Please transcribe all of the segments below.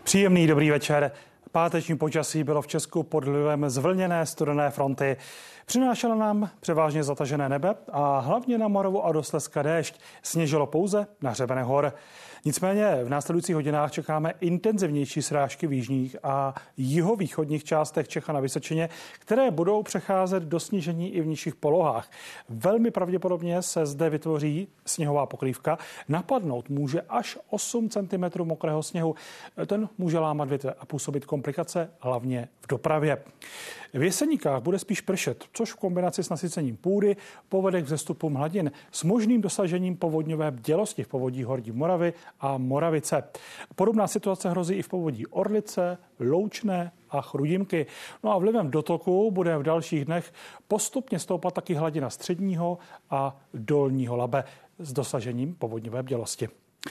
Příjemný dobrý večer. Páteční počasí bylo v Česku pod vlivem zvlněné studené fronty. Přinášela nám převážně zatažené nebe a hlavně na Moravu a do Slezska déšť. Sněžilo pouze na hřebenech hor. Nicméně v následujících hodinách čekáme intenzivnější srážky v jižních a jihovýchodních částech Čech a na Vysočině, které budou přecházet do snížení i v nižších polohách. Velmi pravděpodobně se zde vytvoří sněhová pokrývka. Napadnout může až 8 cm mokrého sněhu. Ten může lámat větve a působit komplikace hlavně v dopravě. V Jeseníkách bude spíš pršet, což v kombinaci s nasycením půdy povede k vzestupům hladin s možným dosažením povodňové bdělosti v povodí Horní Moravy a Moravice. Podobná situace hrozí i v povodí Orlice, Loučné a Chrudimky. No a vlivem dotoku bude v dalších dnech postupně stoupat taky hladina středního a dolního Labe s dosažením povodňové bdělosti.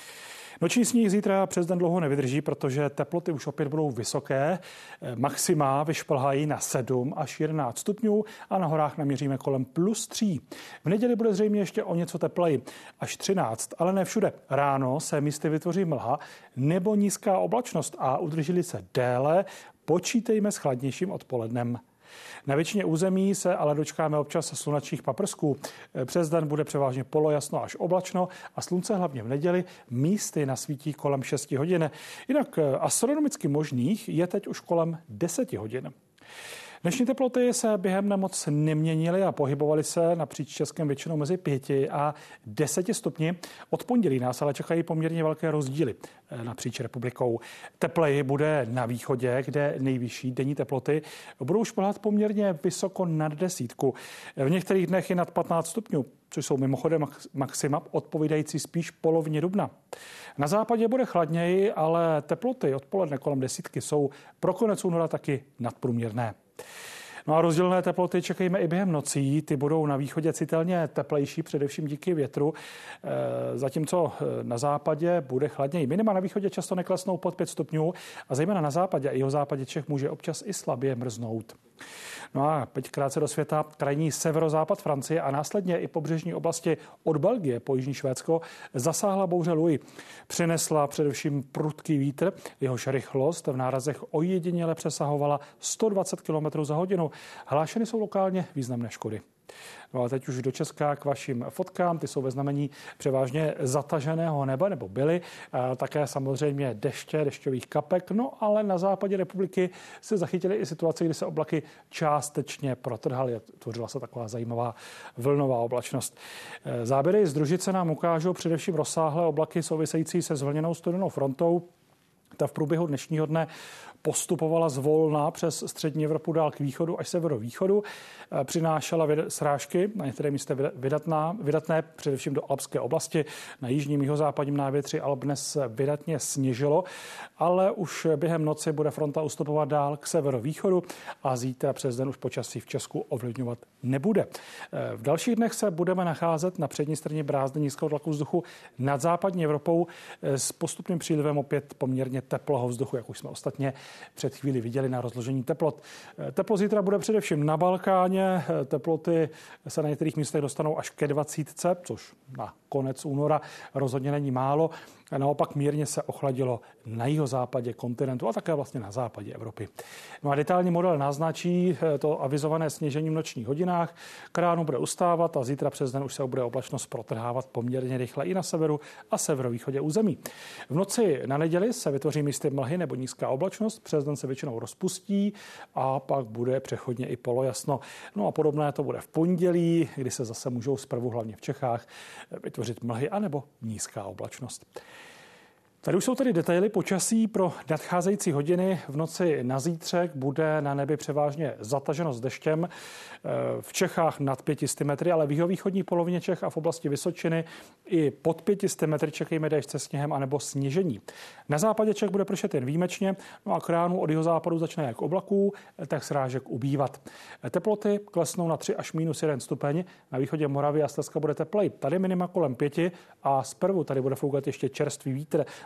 Noční sníh zítra přes den dlouho nevydrží, protože teploty už opět budou vysoké. Maxima vyšplhají na 7 až 11 stupňů a na horách naměříme kolem +3. V neděli bude zřejmě ještě o něco tepleji, až 13, ale ne všude. Ráno se místy vytvoří mlha nebo nízká oblačnost a udrží se déle. Počítejme s chladnějším odpolednem. Na většině území se ale dočkáme občas slunečních paprsků. Přes den bude převážně polojasno až oblačno a slunce hlavně v neděli místy nasvítí kolem 6 hodin. Jinak astronomicky možných je teď už kolem 10 hodin. Dnešní teploty se během dne moc neměnily a pohybovaly se napříč Českem většinou mezi 5 a 10 stupni. Od pondělí nás ale čekají poměrně velké rozdíly napříč republikou. Tepleji bude na východě, kde nejvyšší denní teploty budou šplhat poměrně vysoko nad 10. V některých dnech je nad 15 stupňů, což jsou mimochodem maxima odpovídající spíš polovině dubna. Na západě bude chladněji, ale teploty odpoledne kolem 10 jsou pro konec února taky nadprůměrné. No a rozdílné teploty čekejme i během nocí. Ty budou na východě citelně teplejší, především díky větru, zatímco na západě bude chladněji. Minima na východě často neklesnou pod 5 stupňů a zejména na západě a jihozápadě Čech může občas i slabě mrznout. No a teď krátce do světa. Krajní severozápad Francie a následně i pobřežní oblasti od Belgie po jižní Švédsko zasáhla bouře Louis. Přinesla především prudký vítr, jehož rychlost v nárazech ojediněle přesahovala 120 km za hodinu. Hlášeny jsou lokálně významné škody. No a teď už do Česka k vašim fotkám. Ty jsou ve znamení převážně zataženého nebe, nebo byly. Také samozřejmě deště, dešťových kapek. No ale na západě republiky se zachytily i situace, kdy se oblaky částečně protrhaly. Tvořila se taková zajímavá vlnová oblačnost. Záběry z družice nám ukážou především rozsáhlé oblaky související se zvlněnou studenou frontou. Ta v průběhu dnešního dne postupovala zvolna přes střední Evropu dál k východu až severovýchodu. Přinášela srážky, na některé místě vydatné, především do alpské oblasti. Na jižním jihozápadním návětří Alp dnes vydatně sněžilo, ale už během noci bude fronta ustupovat dál k severovýchodu a zítra přes den už počasí v Česku ovlivňovat nebude. V dalších dnech se budeme nacházet na přední straně brázdy nízkého tlaku vzduchu nad západní Evropou s postupným přílivem opět poměrně teplého vzduchu, jak už jsme ostatně před chvíli viděli na rozložení teplot. Teplo zítra bude především na Balkáně. Teploty se na některých místech dostanou až ke 20, což na konec února rozhodně není málo. A naopak mírně se ochladilo na jihozápadě kontinentu a také vlastně na západě Evropy. No a detailní model naznačí to avizované sněžení v nočních hodinách. K ránu bude ustávat a zítra přes den už se bude oblačnost protrhávat poměrně rychle i na severu a severovýchodě území. V noci na neděli se vytvoří místy mlhy nebo nízká oblačnost, přes den se většinou rozpustí a pak bude přechodně i polojasno. No a podobné to bude v pondělí, kdy se zase můžou zprvu hlavně v Čechách vytvořit mlhy anebo nízká oblačnost. Tady už jsou tedy detaily počasí pro nadcházející hodiny. V noci na zítřek bude na nebi převážně zataženo s deštěm. V Čechách nad 500 metry, ale v jihovýchodní polovině Čech a v oblasti Vysočiny i pod 500 metry čekejme déšť se sněhem anebo sněžení. Na západě Čech bude pršet jen výjimečně, no a k ránu od jihozápadu začne jak oblaků, tak srážek ubývat. Teploty klesnou na 3 až -1 stupeň. Na východě Moravy a Slezska bude teplej. Tady minima kolem 5 a zprvu tady bude foukat ještě čerstvý vítr.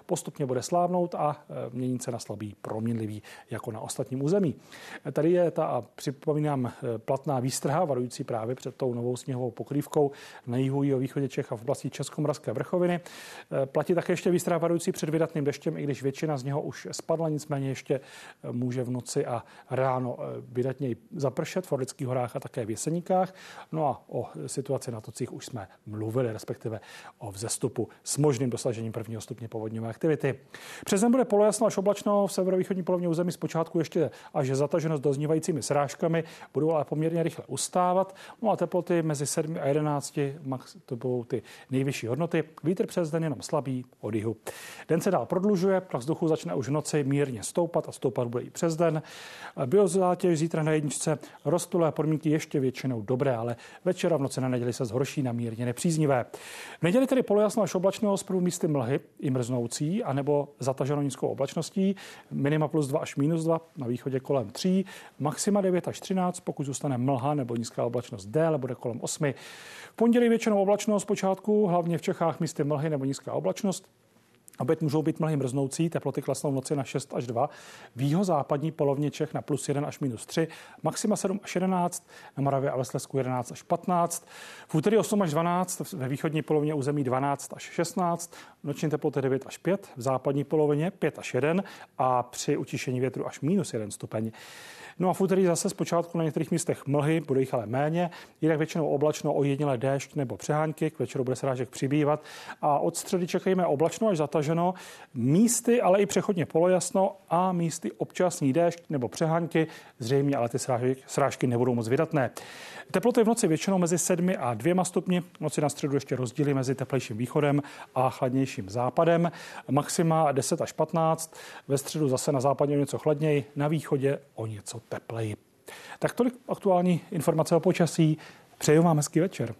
postupně bude slábnout a měnit se na slabý proměnlivý jako na ostatním území. Tady je ta, připomínám, platná výstraha varující právě před tou novou sněhovou pokrývkou na jihu a východě Čech a v oblasti Českomoravské vrchoviny. Platí také ještě výstraha varující před vydatným deštěm, i když většina z něho už spadla, nicméně ještě může v noci a ráno vydatněji zapršet v Orlických horách a také v Jeseníkách. No a o situaci na tocích už jsme mluvili, respektive o vzestupu s možným dosažením prvního stupně povodňové aktivity. Přes den bude polojasno až oblačno, v severovýchodní polovině území zpočátku ještě až zataženo s doznívajícími srážkami, budou ale poměrně rychle ustávat. No a teploty mezi 7 a 11, to budou ty nejvyšší hodnoty. Vítr přes den jenom slabý od jihu. Den se dál prodlužuje, tlak vzduchu začne už v noci mírně stoupat a stoupat bude i přes den. Biozátěž zítra na jedničce, rozptylé podmínky ještě většinou dobré, ale večera v noci na neděli se zhorší na mírně nepříznivé. V neděli tedy polojasno až oblačno, zprvu místy mlhy i mrznoucí, anebo zataženo nízkou oblačností, minima +2 až -2, na východě kolem 3, maxima 9 až 13, pokud zůstane mlha nebo nízká oblačnost déle, bude kolem 8. V pondělí většinou oblačno zpočátku, hlavně v Čechách místy mlhy nebo nízká oblačnost. Opět můžou být mlhy mrznoucí, teploty klesnou v noci na 6 až 2, v jihozápadní polovině Čech na +1 až -3, maxima 7 až 11, na Moravě a ve Slezsku 11 až 15, v úterý 8 až 12, ve východní polovině území 12 až 16, noční teploty 9 až 5, v západní polovině 5 až 1 a při utišení větru až -1 stupeň. No a v úterý zase zpočátku na některých místech mlhy, bude jich ale méně, jinak většinou oblačno, ojedinělé déšť nebo přehánky, k večeru bude srážek přibývat a od středy čekejme oblačno až zataženo, místy ale i přechodně polojasno a místy občasný déšť nebo přehánky, zřejmě ale ty srážky nebudou moc vydatné. Teploty v noci většinou mezi 7 a 2 stupni, v noci na středu ještě rozdíly mezi teplejším východem a chladnějším západem, maxima 10 až 15, ve středu zase na západě o něco chladněji, na východě o něco tepleji. Tak tolik aktuální informace o počasí. Přeju vám hezký večer.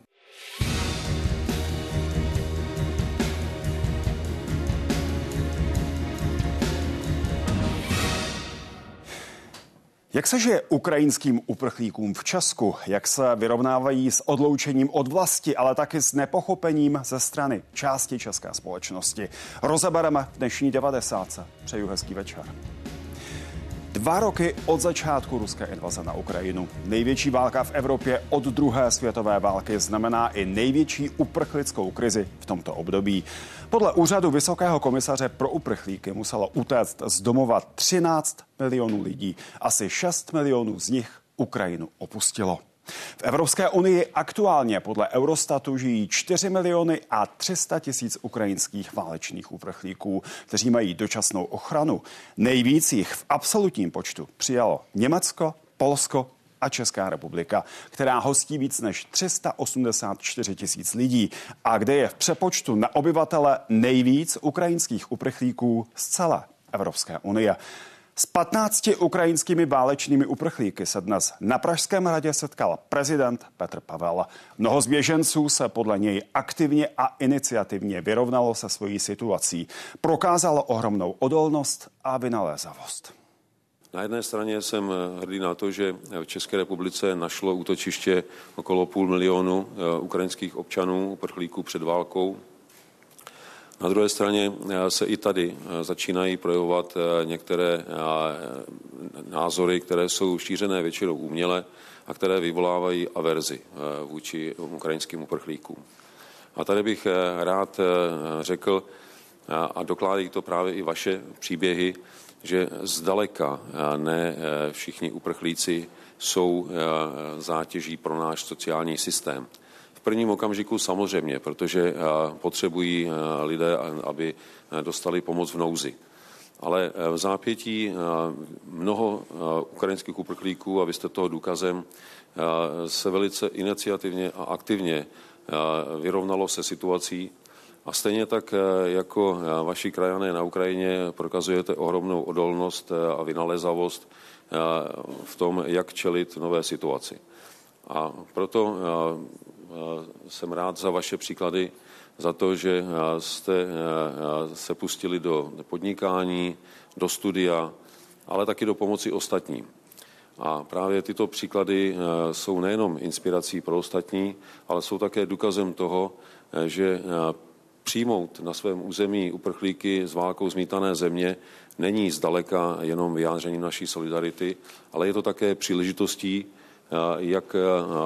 Jak se žije ukrajinským uprchlíkům v Česku? Jak se vyrovnávají s odloučením od vlasti, ale taky s nepochopením ze strany části české společnosti? Rozebereme v dnešní 90. Přeju hezký večer. 2 roky od začátku ruské invaze na Ukrajinu. Největší válka v Evropě od druhé světové války znamená i největší uprchlickou krizi v tomto období. Podle úřadu Vysokého komisaře pro uprchlíky muselo utéct z domova 13 milionů lidí. Asi 6 milionů z nich Ukrajinu opustilo. V Evropské unii aktuálně podle Eurostatu žijí 4 miliony a 300 tisíc ukrajinských válečných uprchlíků, kteří mají dočasnou ochranu. Nejvíc jich v absolutním počtu přijalo Německo, Polsko a Česká republika, která hostí víc než 384 tisíc lidí a kde je v přepočtu na obyvatele nejvíc ukrajinských uprchlíků z celé Evropské unie. S 15 ukrajinskými válečnými uprchlíky se dnes na Pražském hradě setkal prezident Petr Pavel. Mnoho z běženců se podle něj aktivně a iniciativně vyrovnalo se svojí situací. Prokázalo ohromnou odolnost a vynalézavost. Na jedné straně jsem hrdý na to, že v České republice našlo útočiště okolo 500 000 ukrajinských občanů, uprchlíků před válkou. Na druhé straně se i tady začínají projevovat některé názory, které jsou šířené většinou uměle a které vyvolávají averzi vůči ukrajinským uprchlíkům. A tady bych rád řekl, a dokládají to právě i vaše příběhy, že zdaleka ne všichni uprchlíci jsou zátěží pro náš sociální systém. V prvním okamžiku samozřejmě, protože potřebují lidé, aby dostali pomoc v nouzi. Ale v zápětí mnoho ukrajinských uprchlíků, a vy jste toho důkazem, se velice iniciativně a aktivně vyrovnalo se situací. A stejně tak jako vaši krajané na Ukrajině prokazujete ohromnou odolnost a vynalézavost v tom, jak čelit nové situaci. A proto jsem rád za vaše příklady, za to, že jste se pustili do podnikání, do studia, ale taky do pomoci ostatním. A právě tyto příklady jsou nejenom inspirací pro ostatní, ale jsou také důkazem toho, že přijmout na svém území uprchlíky z válkou zmítané země není zdaleka jenom vyjádření naší solidarity, ale je to také příležitostí, jak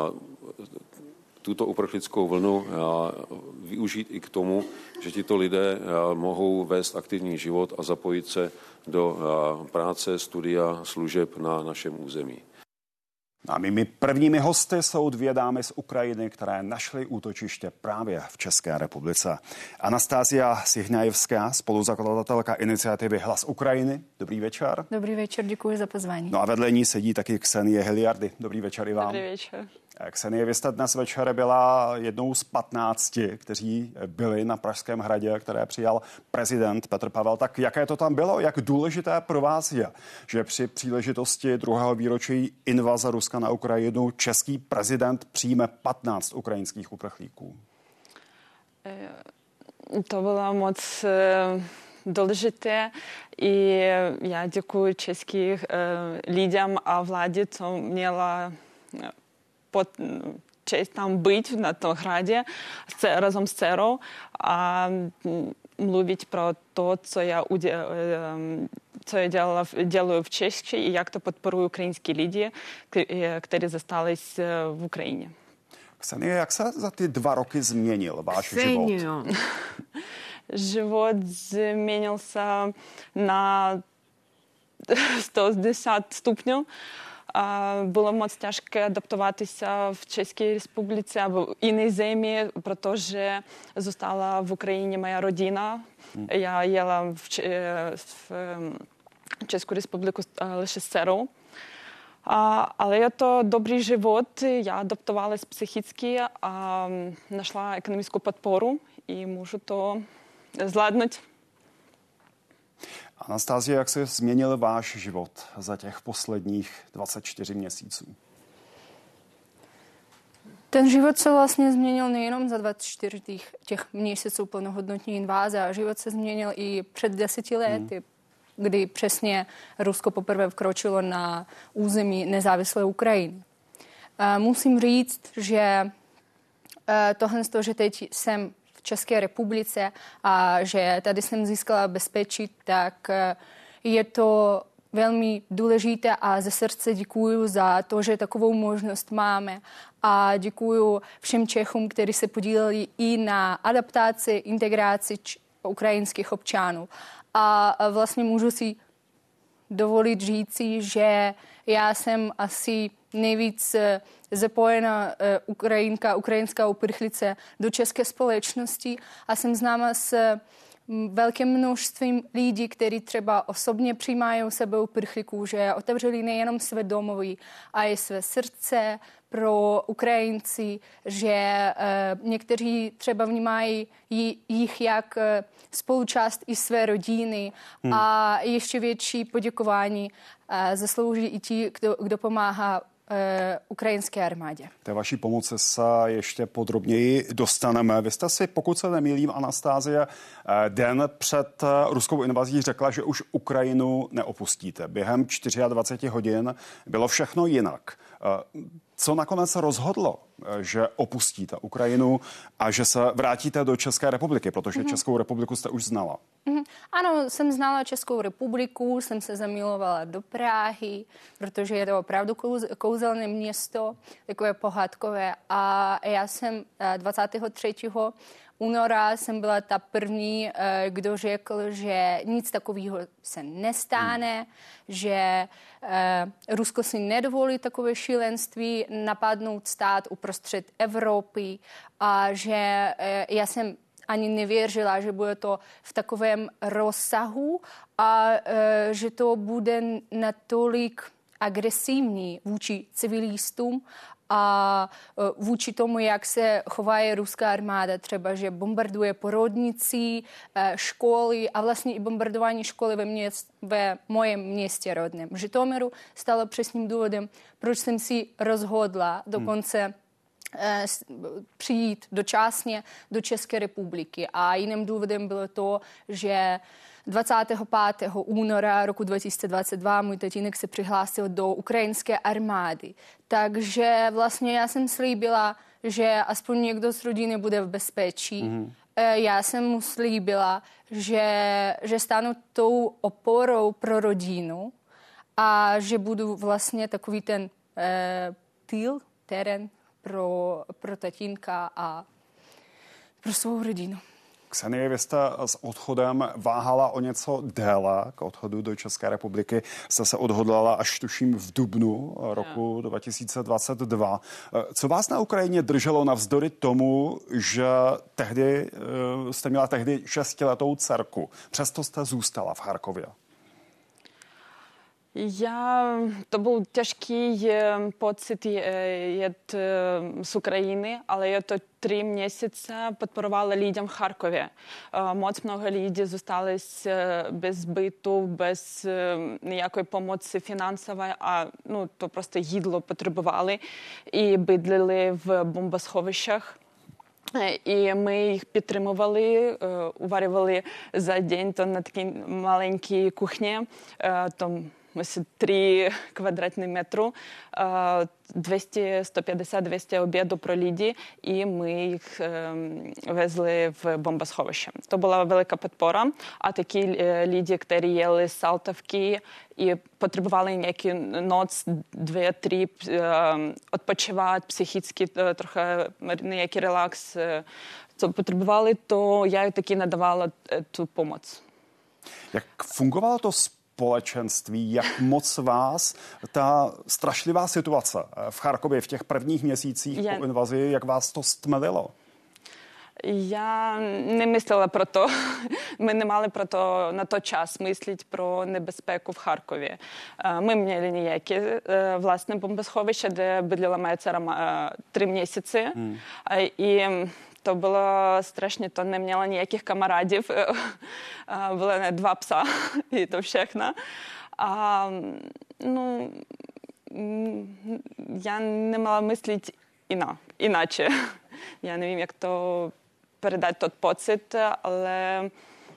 tuto uprchlickou vlnu využít i k tomu, že tito lidé mohou vést aktivní život a zapojit se do práce, studia, služeb na našem území. A mými prvními hosty jsou dvě dámy z Ukrajiny, které našly útočiště právě v České republice. Anastázia Sihňajevská, spoluzakladatelka iniciativy Hlas Ukrajiny. Dobrý večer. Dobrý večer, děkuji za pozvání. No a vedle ní sedí taky Ksenie Hiliardy. Dobrý večer i vám. Dobrý večer. Ksenie, vy jste dnes večer byla jednou z 15, kteří byli na Pražském hradě, které přijal prezident Petr Pavel. Tak jaké to tam bylo? Jak důležité pro vás je, že při příležitosti druhého výročí invaze Ruska na Ukrajinu český prezident přijme 15 ukrajinských uprchlíků? To bylo moc důležité i já děkuji českým lidem a vládě, co měla čest tam být na tom hradě razem s dcerou a mluvit pro to, co já dělаю v Češi i jak to podporují ukrajinské lidi, kteří zastались v Ukrajině. Ksenie, jak se za ty 2 roky změnil váš život? Život změnil se na 110 stupňů. Bylo moc těžké adaptovat se v České republice a v jiné zemi, protože zůstala v Ukrajině moja rodina. Já jela v Českou republiku ještě s dcerou. Ale je to dobrý život. Já adaptovala se psychicky a našla ekonomickou podporu i můžu to zvládnout. Anastázia, jak se změnil váš život za těch posledních 24 měsíců? Ten život se vlastně změnil nejenom za 24 těch měsíců plnohodnotné inváze, a život se změnil i před 10 lety, kdy přesně Rusko poprvé vkročilo na území nezávislé Ukrajiny. Musím říct, že tohle, že teď jsem v České republice a že tady jsem získala bezpečí, tak je to velmi důležité a ze srdce děkuju za to, že takovou možnost máme. A děkuju všem Čechům, kteří se podíleli i na adaptaci, integraci ukrajinských občanů. A vlastně můžu si dovolit říci, že já jsem asi nejvíc zapojena ukrajinská uprchlice do české společnosti a jsem známa s velkým množstvím lidí, kteří třeba osobně přijímají u sebe uprchlíků, že otevřeli nejenom své domovy, ale i své srdce pro Ukrajinci, že někteří třeba vnímají jich jak spolučást i své rodiny a ještě větší poděkování zaslouží i ti, kdo pomáhá ukrajinské armádě. Té vaší pomoci se ještě podrobněji dostaneme. Vy jste si, pokud se nemýlím, Anastázie, den před ruskou invazí řekla, že už Ukrajinu neopustíte. Během 24 hodin bylo všechno jinak. Co nakonec rozhodlo, že opustíte Ukrajinu a že se vrátíte do České republiky, protože Českou republiku jste už znala? Ano, jsem znala Českou republiku, jsem se zamilovala do Prahy, protože je to opravdu kouzelné město, takové pohádkové. A já jsem 23. února jsem byla ta první, kdo řekl, že nic takového se nestane, že Rusko si nedovolí takové šílenství napadnout stát uprostřed Evropy a že já jsem ani nevěřila, že bude to v takovém rozsahu a že to bude natolik agresivní vůči civilistům a vůči tomu, jak se chová ruská armáda, třeba, že bombarduje porodnici, školy a vlastně i bombardování školy ve mojem městě rodném. V Žitomiru stalo přesným důvodem, proč jsem si rozhodla dokonce přijít dočasně do České republiky. A jiným důvodem bylo to, že 25. února roku 2022 můj tatínek se přihlásil do ukrajinské armády. Takže vlastně já jsem slíbila, že aspoň někdo z rodiny bude v bezpečí. já jsem mu slíbila, že stanu tou oporou pro rodinu a že budu vlastně takový ten terén pro tatínka a pro svou rodinu. Ksenie, vy jste s odchodem váhala o něco déle k odchodu do České republiky. Jste se odhodlala až tuším v dubnu roku 2022. Co vás na Ukrajině drželo navzdory tomu, že jste měla tehdy 6letou dcerku? Přesto jste zůstala v Charkově. To byl těžký pocit jet z Ukrajiny, ale je to 3 měsíce podporovala lidem v Charkově. Moc mnoho lidí zůstali bez bytu, bez nějaké pomoci finansové a to prostě jídlo potřebovali i bydleli v bomboschovištích. І ми їх підтримували, уварювали за день то на такій маленькій кухні, там 3 квадратні метри, 150-200 обіду про ліді, і ми їх везли в бомбосховище. То була велика підпора, а такі люди, які їли салтовки і потребували ніякі ноц, 2-3 відпочивати, психічний трохи ніякий релакс, co potrzebowali, to já taky nadavala tu pomoc. Jak fungovalo to společenství, jak moc vás ta strašlivá situace v Charkově v těch prvních měsících po invazi, jak vás to stmelilo? Я не мислила про то. Ми не мали на то час мислити про небезпеку в Харкові. Ми мали ніяке власне бомбосховище, де бідляла моя цара 3 місяці. І то було страшно, то не мала ніяких камарадів. Були 2 пса, і то všechno. Я не мала мислити іначе. Я не вím, jak to передати тот pocit, ale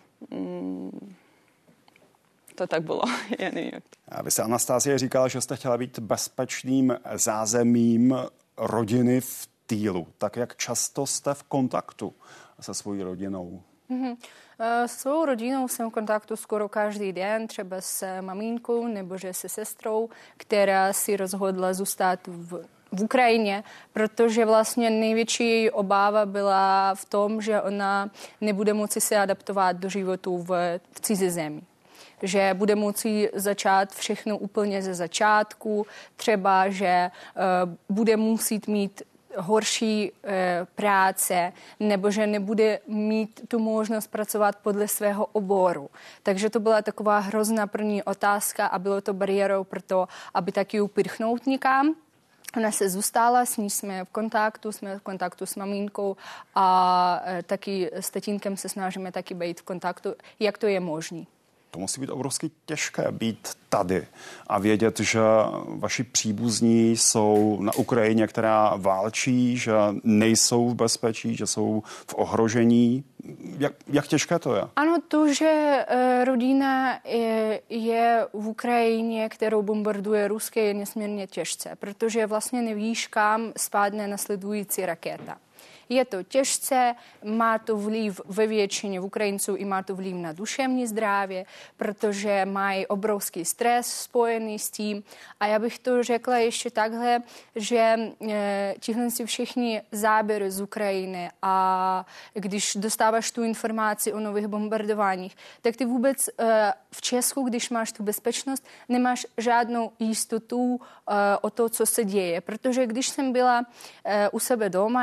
to tak bylo. Já nevím, jak to. A vy se, Anastasie, říkala, že jste chtěla být bezpečným zázemím rodiny v týlu. Tak jak často jste v kontaktu se svojí rodinou? S svou rodinou jsem v kontaktu skoro každý den, třeba s maminkou nebo že se sestrou, která si rozhodla zůstat v Ukrajině, protože vlastně největší její obava byla v tom, že ona nebude moci se adaptovat do životu v cizí zemi. Že bude moci začát všechno úplně ze začátku, třeba, že bude muset mít horší práce, nebo že nebude mít tu možnost pracovat podle svého oboru. Takže to byla taková hrozná první otázka a bylo to bariérou pro to, aby taky upirchnout nikam. Ona se zůstala, s ní jsme v kontaktu s maminkou a taky s tatínkem se snažíme taky být v kontaktu, jak to je možné. To musí být obrovsky těžké být tady a vědět, že vaši příbuzní jsou na Ukrajině, která válčí, že nejsou v bezpečí, že jsou v ohrožení. Jak těžké to je? Ano, to, že rodina je v Ukrajině, kterou bombarduje Ruské, je nesmírně těžké, protože vlastně nevíš, kam spadne nasledující raketa. Je to těžce, má to vliv ve většině Ukrajinců i má to vliv na duševní zdraví, protože mají obrovský stres spojený s tím. A já bych to řekla ještě takhle, že tihle si všichni záběry z Ukrajiny a když dostáváš tu informaci o nových bombardováních, tak ty vůbec v Česku, když máš tu bezpečnost, nemáš žádnou jistotu o to, co se děje. Protože když jsem byla u sebe doma,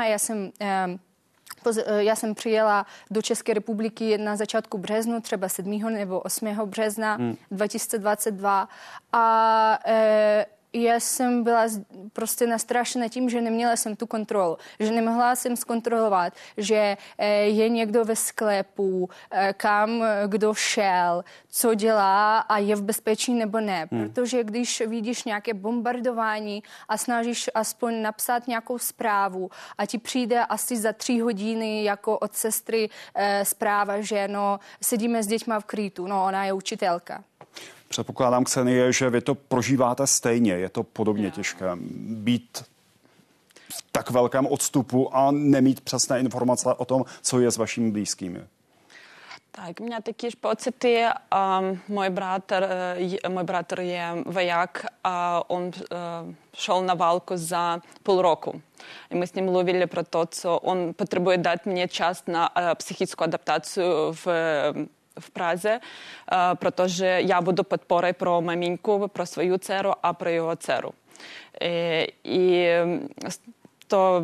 já jsem přijela do České republiky na začátku března, třeba 7. nebo 8. března 2022 a já jsem byla prostě nastrašena tím, že neměla jsem tu kontrolu, že nemohla jsem zkontrolovat, že je někdo ve sklepu, kam kdo šel, co dělá a je v bezpečí nebo ne. Protože když vidíš nějaké bombardování a snažíš aspoň napsat nějakou zprávu a ti přijde asi za 3 hodiny jako od sestry zpráva, že sedíme s děťma v krytu, ona je učitelka. Předpokládám, Ksenie, že vy to prožíváte stejně. Je to podobně těžké být v tak velkém odstupu a nemít přesné informace o tom, co je s vašimi blízkými? Так, у меня такие же pocity. Мой брат є вояк, он шел на валку за полроку. И мы с ним ловили про то, что он потребует дать мне час на психическую адаптацию в Празі, protože я буду підпорою про маміньку, про свою дцеру, а про його дцеру. І то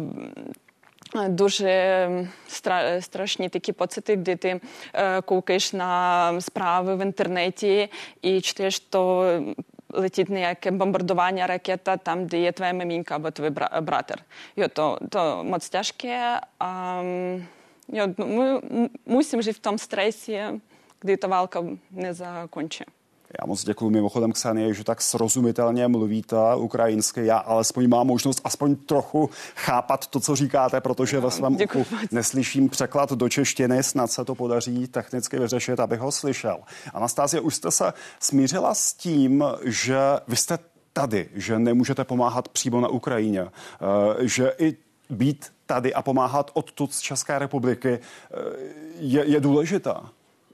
дуже страшні такі поцити, де ти кукаєш на справи в інтернеті і чуєш, що летить ніяке бомбардування, ракета там, де є твоя мамінька або твій братер. І то моc тяжке. Ми мусимо жити в тому стресі, kdy ta válka nezakončí. Já moc děkuji mimochodem, Ksenie, že tak srozumitelně mluvíte ukrajinsky. Já alespoň mám možnost aspoň trochu chápat to, co říkáte, protože ve svém uchu neslyším překlad do češtiny. Snad se to podaří technicky vyřešit, abych ho slyšel. Anastasie, už jste se smířila s tím, že vy jste tady, že nemůžete pomáhat přímo na Ukrajině, že i být tady a pomáhat odtud z České republiky je důležitá.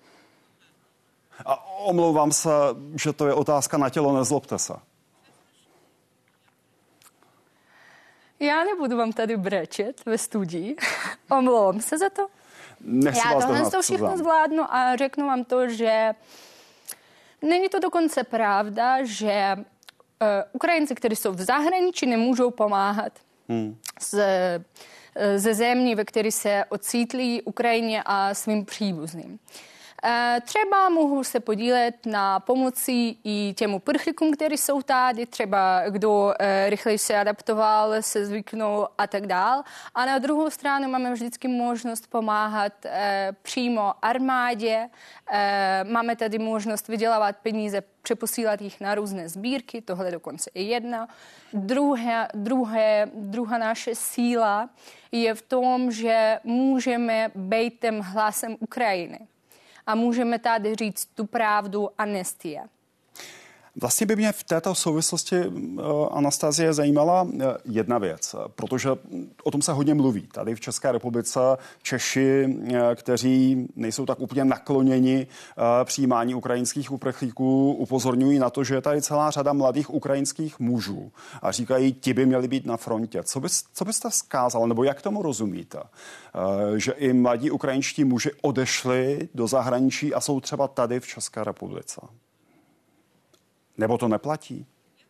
A omlouvám se, že to je otázka na tělo, nezlobte se. Já nebudu vám tady brečet ve studii. Omlouvám se za to. Já tohle to všechno zvládnu a řeknu vám to, že není to dokonce pravda, že Ukrajinci, kteří jsou v zahraničí, nemůžou pomáhat ze země, ve které se ocítlí Ukrajině a svým příbuzným. Třeba mohu se podílet na pomoci i těm uprchlíkům, kteří jsou tady, třeba kdo rychleji se adaptoval, se zvyknul a tak dál. A na druhou stranu máme vždycky možnost pomáhat přímo armádě. Máme tady možnost vydělávat peníze, přeposílat jich na různé sbírky, tohle dokonce je jedna. Druhá naše síla je v tom, že můžeme být tím hlasem Ukrajiny. A můžeme tady říct tu pravdu amnestie. Vlastně by mě v této souvislosti, Anastasie, zajímala jedna věc, protože o tom se hodně mluví. Tady v České republice Češi, kteří nejsou tak úplně nakloněni přijímání ukrajinských uprchlíků, upozorňují na to, že je tady celá řada mladých ukrajinských mužů a říkají, ti by měli být na frontě. Co byste vzkázal, nebo jak tomu rozumíte? Že i mladí ukrajinští muži odešli do zahraničí a jsou třeba tady v České republice? Nebo to neplatí?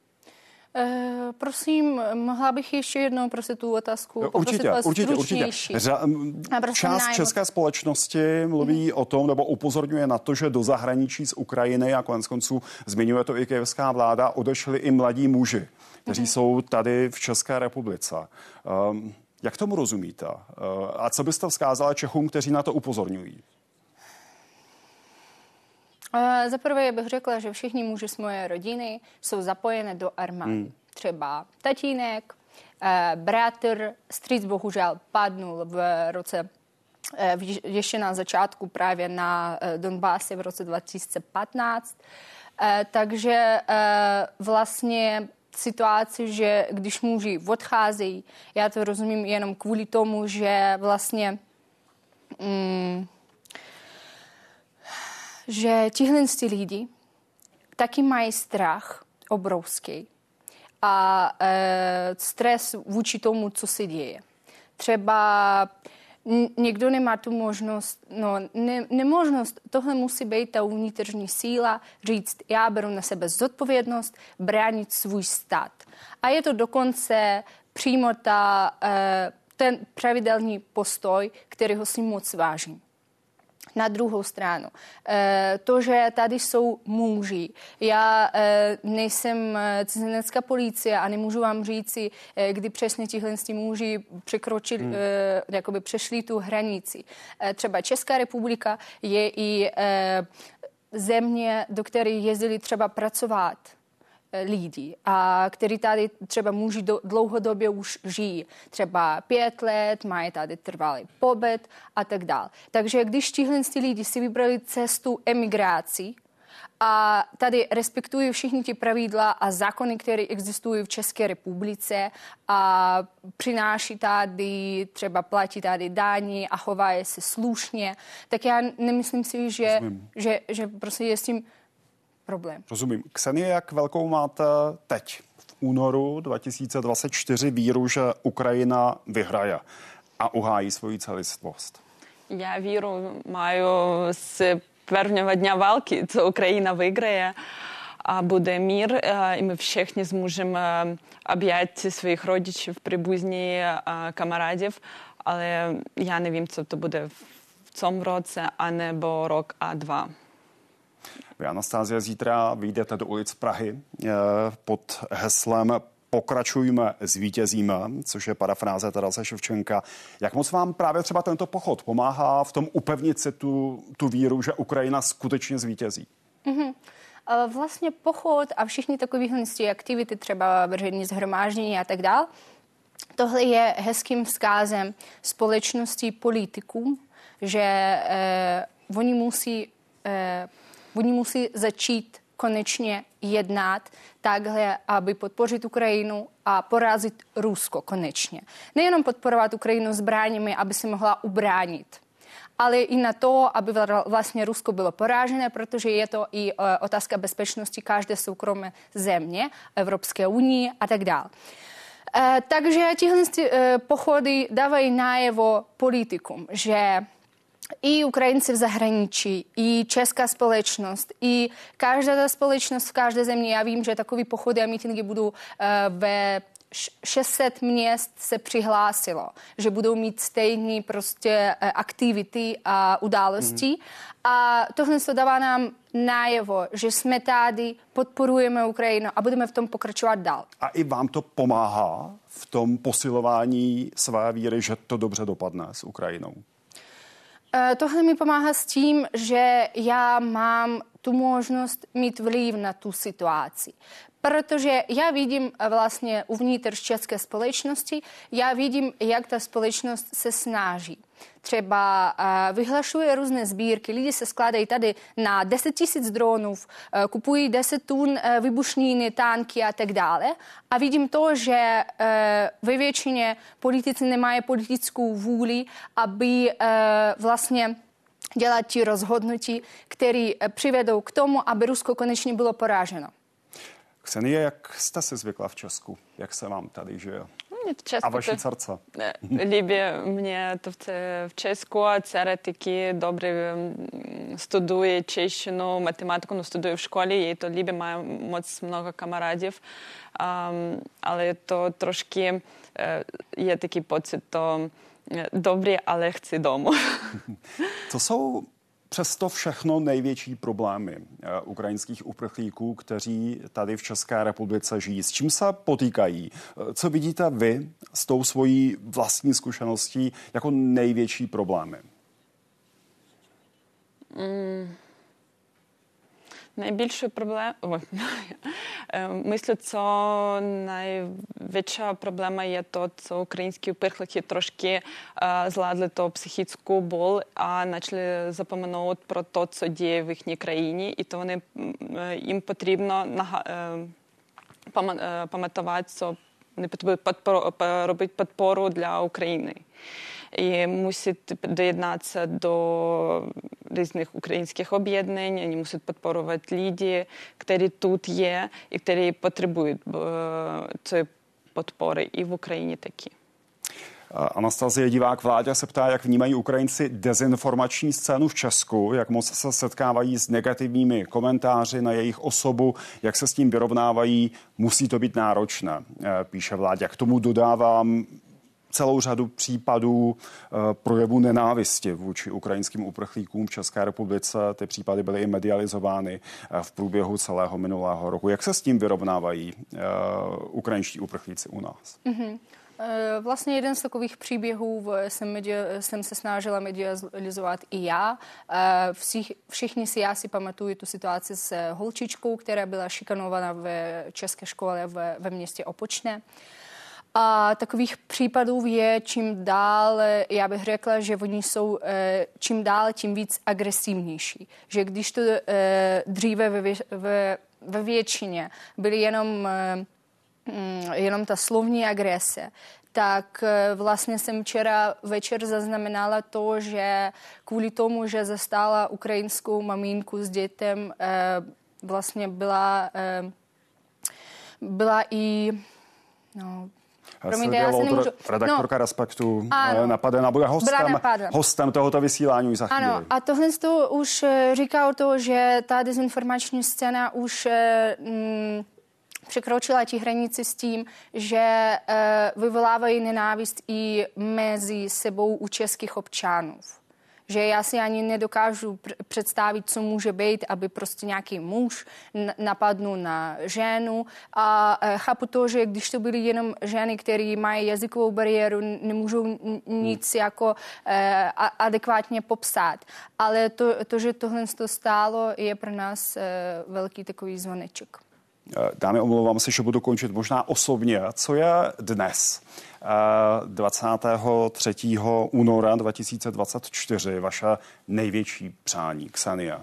Prosím, mohla bych ještě jednou prostě tu otázku určitě. Část české společnosti mluví o tom, nebo upozorňuje na to, že do zahraničí z Ukrajiny, a konec konců zmiňuje to i kyjevská vláda, odešli i mladí muži, kteří jsou tady v České republice. Jak tomu rozumíte? A co byste vzkázala Čechům, kteří na to upozorňují? Za prvé bych řekla, že všichni muži z mojej rodiny jsou zapojené do armády. Třeba tatínek, bratr, strýc bohužel padnul v roce, ještě na začátku právě na Donbase v roce 2015. Takže vlastně situaci, že když muži odcházejí, já to rozumím jenom kvůli tomu, že vlastně že tihle lidi taky mají strach obrovský a stres vůči tomu, co se děje. Třeba někdo nemá tu možnost, nemožnost, tohle musí být ta vnitřní síla, říct, já beru na sebe zodpovědnost, bránit svůj stát. A je to dokonce přímo ten pravidelný postoj, kterého si moc vážím. Na druhou stranu, to, že tady jsou muži, já nejsem cizinecká policie a nemůžu vám říci, kdy přesně tihle muži přešli tu hranici. Třeba Česká republika je i země, do které jezdili třeba pracovat lidí, a kteří tady třeba muži dlouhodobě už žijí. Třeba 5 let, mají tady trvalý pobyt a tak dále. Takže když tihle lidi si vybrali cestu emigrací, a tady respektují všichni ty pravidla a zákony, které existují v České republice a přináší tady, třeba platí tady daně a chovají se slušně, tak já nemyslím si, že prostě je s tím problém. Rozumím. Ksenie, jak velkou máte teď v únoru 2024 víru, že Ukrajina vyhraje a uhájí svoji celistvost? Já víru маю з первого дня валки, що Україна виграє, а буде мір, і ми всі зможемо об'яти своїх родичів, прибузні, камарадів, але я не вірю, що це буде в цьому році, а не бо рок, а два. Vy, Anastázia, zítra vyjdete do ulic Prahy pod heslem Pokračujme, zvítězíme, což je parafráze Tarase Ševčenka. Jak moc vám právě třeba tento pochod pomáhá v tom upevnit si tu víru, že Ukrajina skutečně zvítězí? Vlastně pochod a všichni takovýhle aktivity, třeba veřejné shromáždění a tak dál, tohle je hezkým vzkazem společnosti politikům, že oni musí začít konečně jednat takhle, aby podpořit Ukrajinu a porazit Rusko konečně. Nejenom podporovat Ukrajinu zbraněmi, aby se mohla ubránit, ale i na to, aby vlastně Rusko bylo porážené, protože je to i otázka bezpečnosti každé soukromé země, Evropské unie a tak dále. Takže tyhle pochody dávají najevo politikům, že i Ukrajinci v zahraničí, i česká společnost, i každá ta společnost v každé země. Já vím, že takové pochody a mítingy budou ve 600 měst se přihlásilo, že budou mít stejné prostě aktivity a události. A tohle se dává nám najevo, že jsme tady, podporujeme Ukrajinu a budeme v tom pokračovat dál. A i vám to pomáhá v tom posilování své víry, že to dobře dopadne s Ukrajinou? Tohle mi pomáhá s tím, že já mám tu možnost mít vliv na tu situaci. Protože já vidím vlastně uvnitř české společnosti, já vidím, jak ta společnost se snaží. Třeba vyhlašuje různé sbírky, lidi se skládají tady na 10 000 dronů, kupují 10 tun výbušniny, tanky a tak dále. A vidím to, že ve většině politici nemají politickou vůli, aby vlastně dělat ti rozhodnutí, které přivedou k tomu, aby Rusko konečně bylo poráženo. Ksenie, jak jste si zvykla v Česku? Jak se vám tady žije? A vaše srdce? Líbí mě to v Česku, теоретики добре studují češtinu, matematiku, no studují v škole, jej to líbí, mají moc mnoho kamarádів, ale to trošky je taký pocit, to dobrý, ale chci domů. Co jsou přesto všechno největší problémy ukrajinských uprchlíků, kteří tady v České republice žijí? S čím se potýkají? Co vidíte vy s tou svojí vlastní zkušeností jako největší problémy? Найбільший проблема, мислю, що найбільша проблема є то, що українські уперхлики трошки зладили то психічну боль, а почали запам'ятовувати про те, що діє в їхній країні, і то вони, їм потрібно пам'ятати, що вони потрібно робити підпору для України. І мусять доєднатися до різних українських об'єднань, вони мусять підпорувати люди, які тут є і які потребують цієї підпори і в Україні такі. Anastazie, divák Vláďa se ptá, jak vnímají Ukrajinci dezinformační scénu v Česku, jak moc se setkávají s negativními komentáři na jejich osobu, jak se s tím vyrovnávají. Musí to být náročné, píše Vláďa. K tomu dodávám celou řadu případů projevu nenávisti vůči ukrajinským uprchlíkům v České republice. Ty případy byly i medializovány v průběhu celého minulého roku. Jak se s tím vyrovnávají ukrajinští uprchlíci u nás? Vlastně jeden z takových příběhů jsem se snažila medializovat i já. Všichni si asi pamatují tu situaci s holčičkou, která byla šikanovaná v české škole ve městě Opočné. A takových případů je čím dál, já bych řekla, že oni jsou čím dál tím víc agresivnější. Že když to dříve ve většině byly jenom ta slovní agrese, tak vlastně jsem včera večer zaznamenala to, že kvůli tomu, že zastala ukrajinskou maminku s dětem, vlastně byla i... Promiňte, já se nemůžu... Redaktorka Respektu napadena, bude hostem tohoto vysílání za chvíli. Ano, a tohle to už říkal to, že ta dezinformační scéna už překročila ti hranici s tím, že vyvolávají nenávist i mezi sebou u českých občanů. Že já si ani nedokážu představit, co může být, aby prostě nějaký muž napadnul na ženu. A chápu to, že když to byly jenom ženy, které mají jazykovou bariéru, nemůžou nic jako adekvátně popsat. Ale to, že tohle stálo, je pro nás velký takový zvoneček. Dámy, omlouvám se, že budu končit možná osobně. Co je dnes, 23. února 2024, vaše největší přání, Ksenia?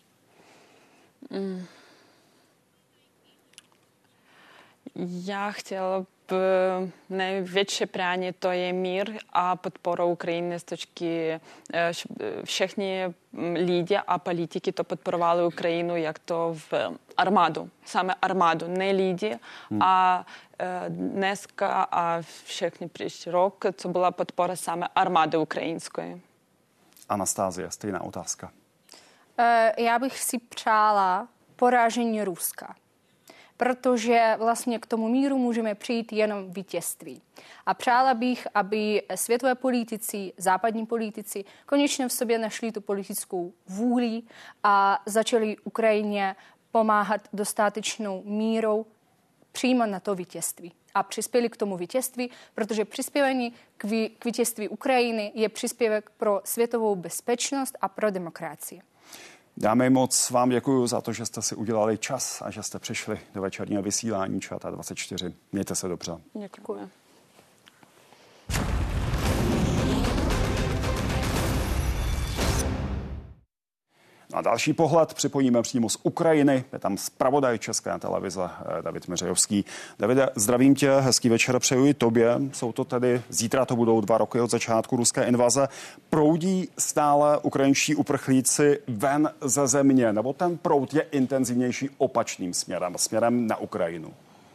Já chtěla největší prání to je mír a podpora Ukrajiny z točky všechny lidi a politiky to podporovali Ukrajinu jak to v armádu, same armádu, ne lidi a dneska a všechny příští rok, co byla podpora same armády ukrajinské. Anastazie, stejná otázka. Já bych si přála porážení Ruska. Protože vlastně k tomu míru můžeme přijít jenom vítězství. A přála bych, aby světové politici, západní politici konečně v sobě našli tu politickou vůli a začali Ukrajině pomáhat dostatečnou mírou přímo na to vítězství. A přispěli k tomu vítězství, protože přispěvání k vítězství Ukrajiny je příspěvek pro světovou bezpečnost a pro demokracii. Dámy, moc vám děkuji za to, že jste si udělali čas a že jste přišli do večerního vysílání ČT24. Mějte se dobře. Děkuji. Na další pohled připojíme přímo z Ukrajiny. Je tam zpravodaj České televize David Miřejovský. Davide, zdravím tě, hezký večer přeju i tobě. Jsou to tedy, zítra to budou 2 roky od začátku ruské invaze. Proudí stále ukrajinští uprchlíci ven ze země, nebo ten proud je intenzivnější opačným směrem na Ukrajinu?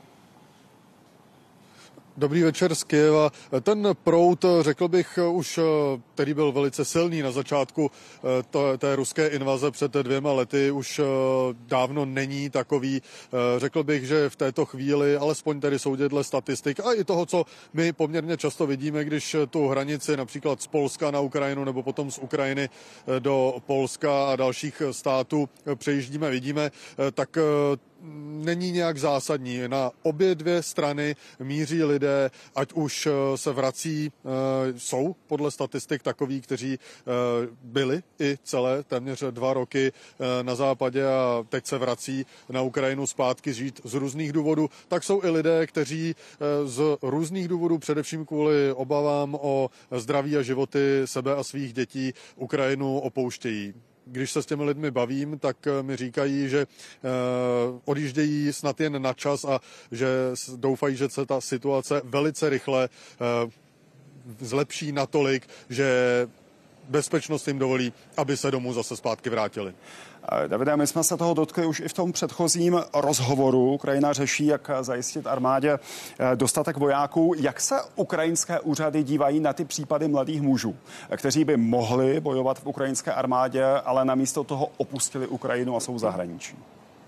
Dobrý večer z Kyjeva. Ten proud, řekl bych, už, který byl velice silný na začátku té ruské invaze před 2 lety, už dávno není takový. Řekl bych, že v této chvíli, alespoň tedy soudě dle statistik a i toho, co my poměrně často vidíme, když tu hranici například z Polska na Ukrajinu nebo potom z Ukrajiny do Polska a dalších států přejíždíme, vidíme, tak není nějak zásadní. Na obě 2 strany míří lidé, ať už se vrací, jsou podle statistik takoví, kteří byli i celé téměř 2 roky na západě a teď se vrací na Ukrajinu zpátky žít z různých důvodů, tak jsou i lidé, kteří z různých důvodů, především kvůli obavám o zdraví a životy sebe a svých dětí, Ukrajinu opouštějí. Když se s těmi lidmi bavím, tak mi říkají, že odjíždějí snad jen na čas a že doufají, že se ta situace velice rychle zlepší natolik, že bezpečnost jim dovolí, aby se domů zase zpátky vrátili. Davide, my jsme se toho dotkli už i v tom předchozím rozhovoru. Ukrajina řeší, jak zajistit armádě dostatek vojáků. Jak se ukrajinské úřady dívají na ty případy mladých mužů, kteří by mohli bojovat v ukrajinské armádě, ale namísto toho opustili Ukrajinu a jsou v zahraničí?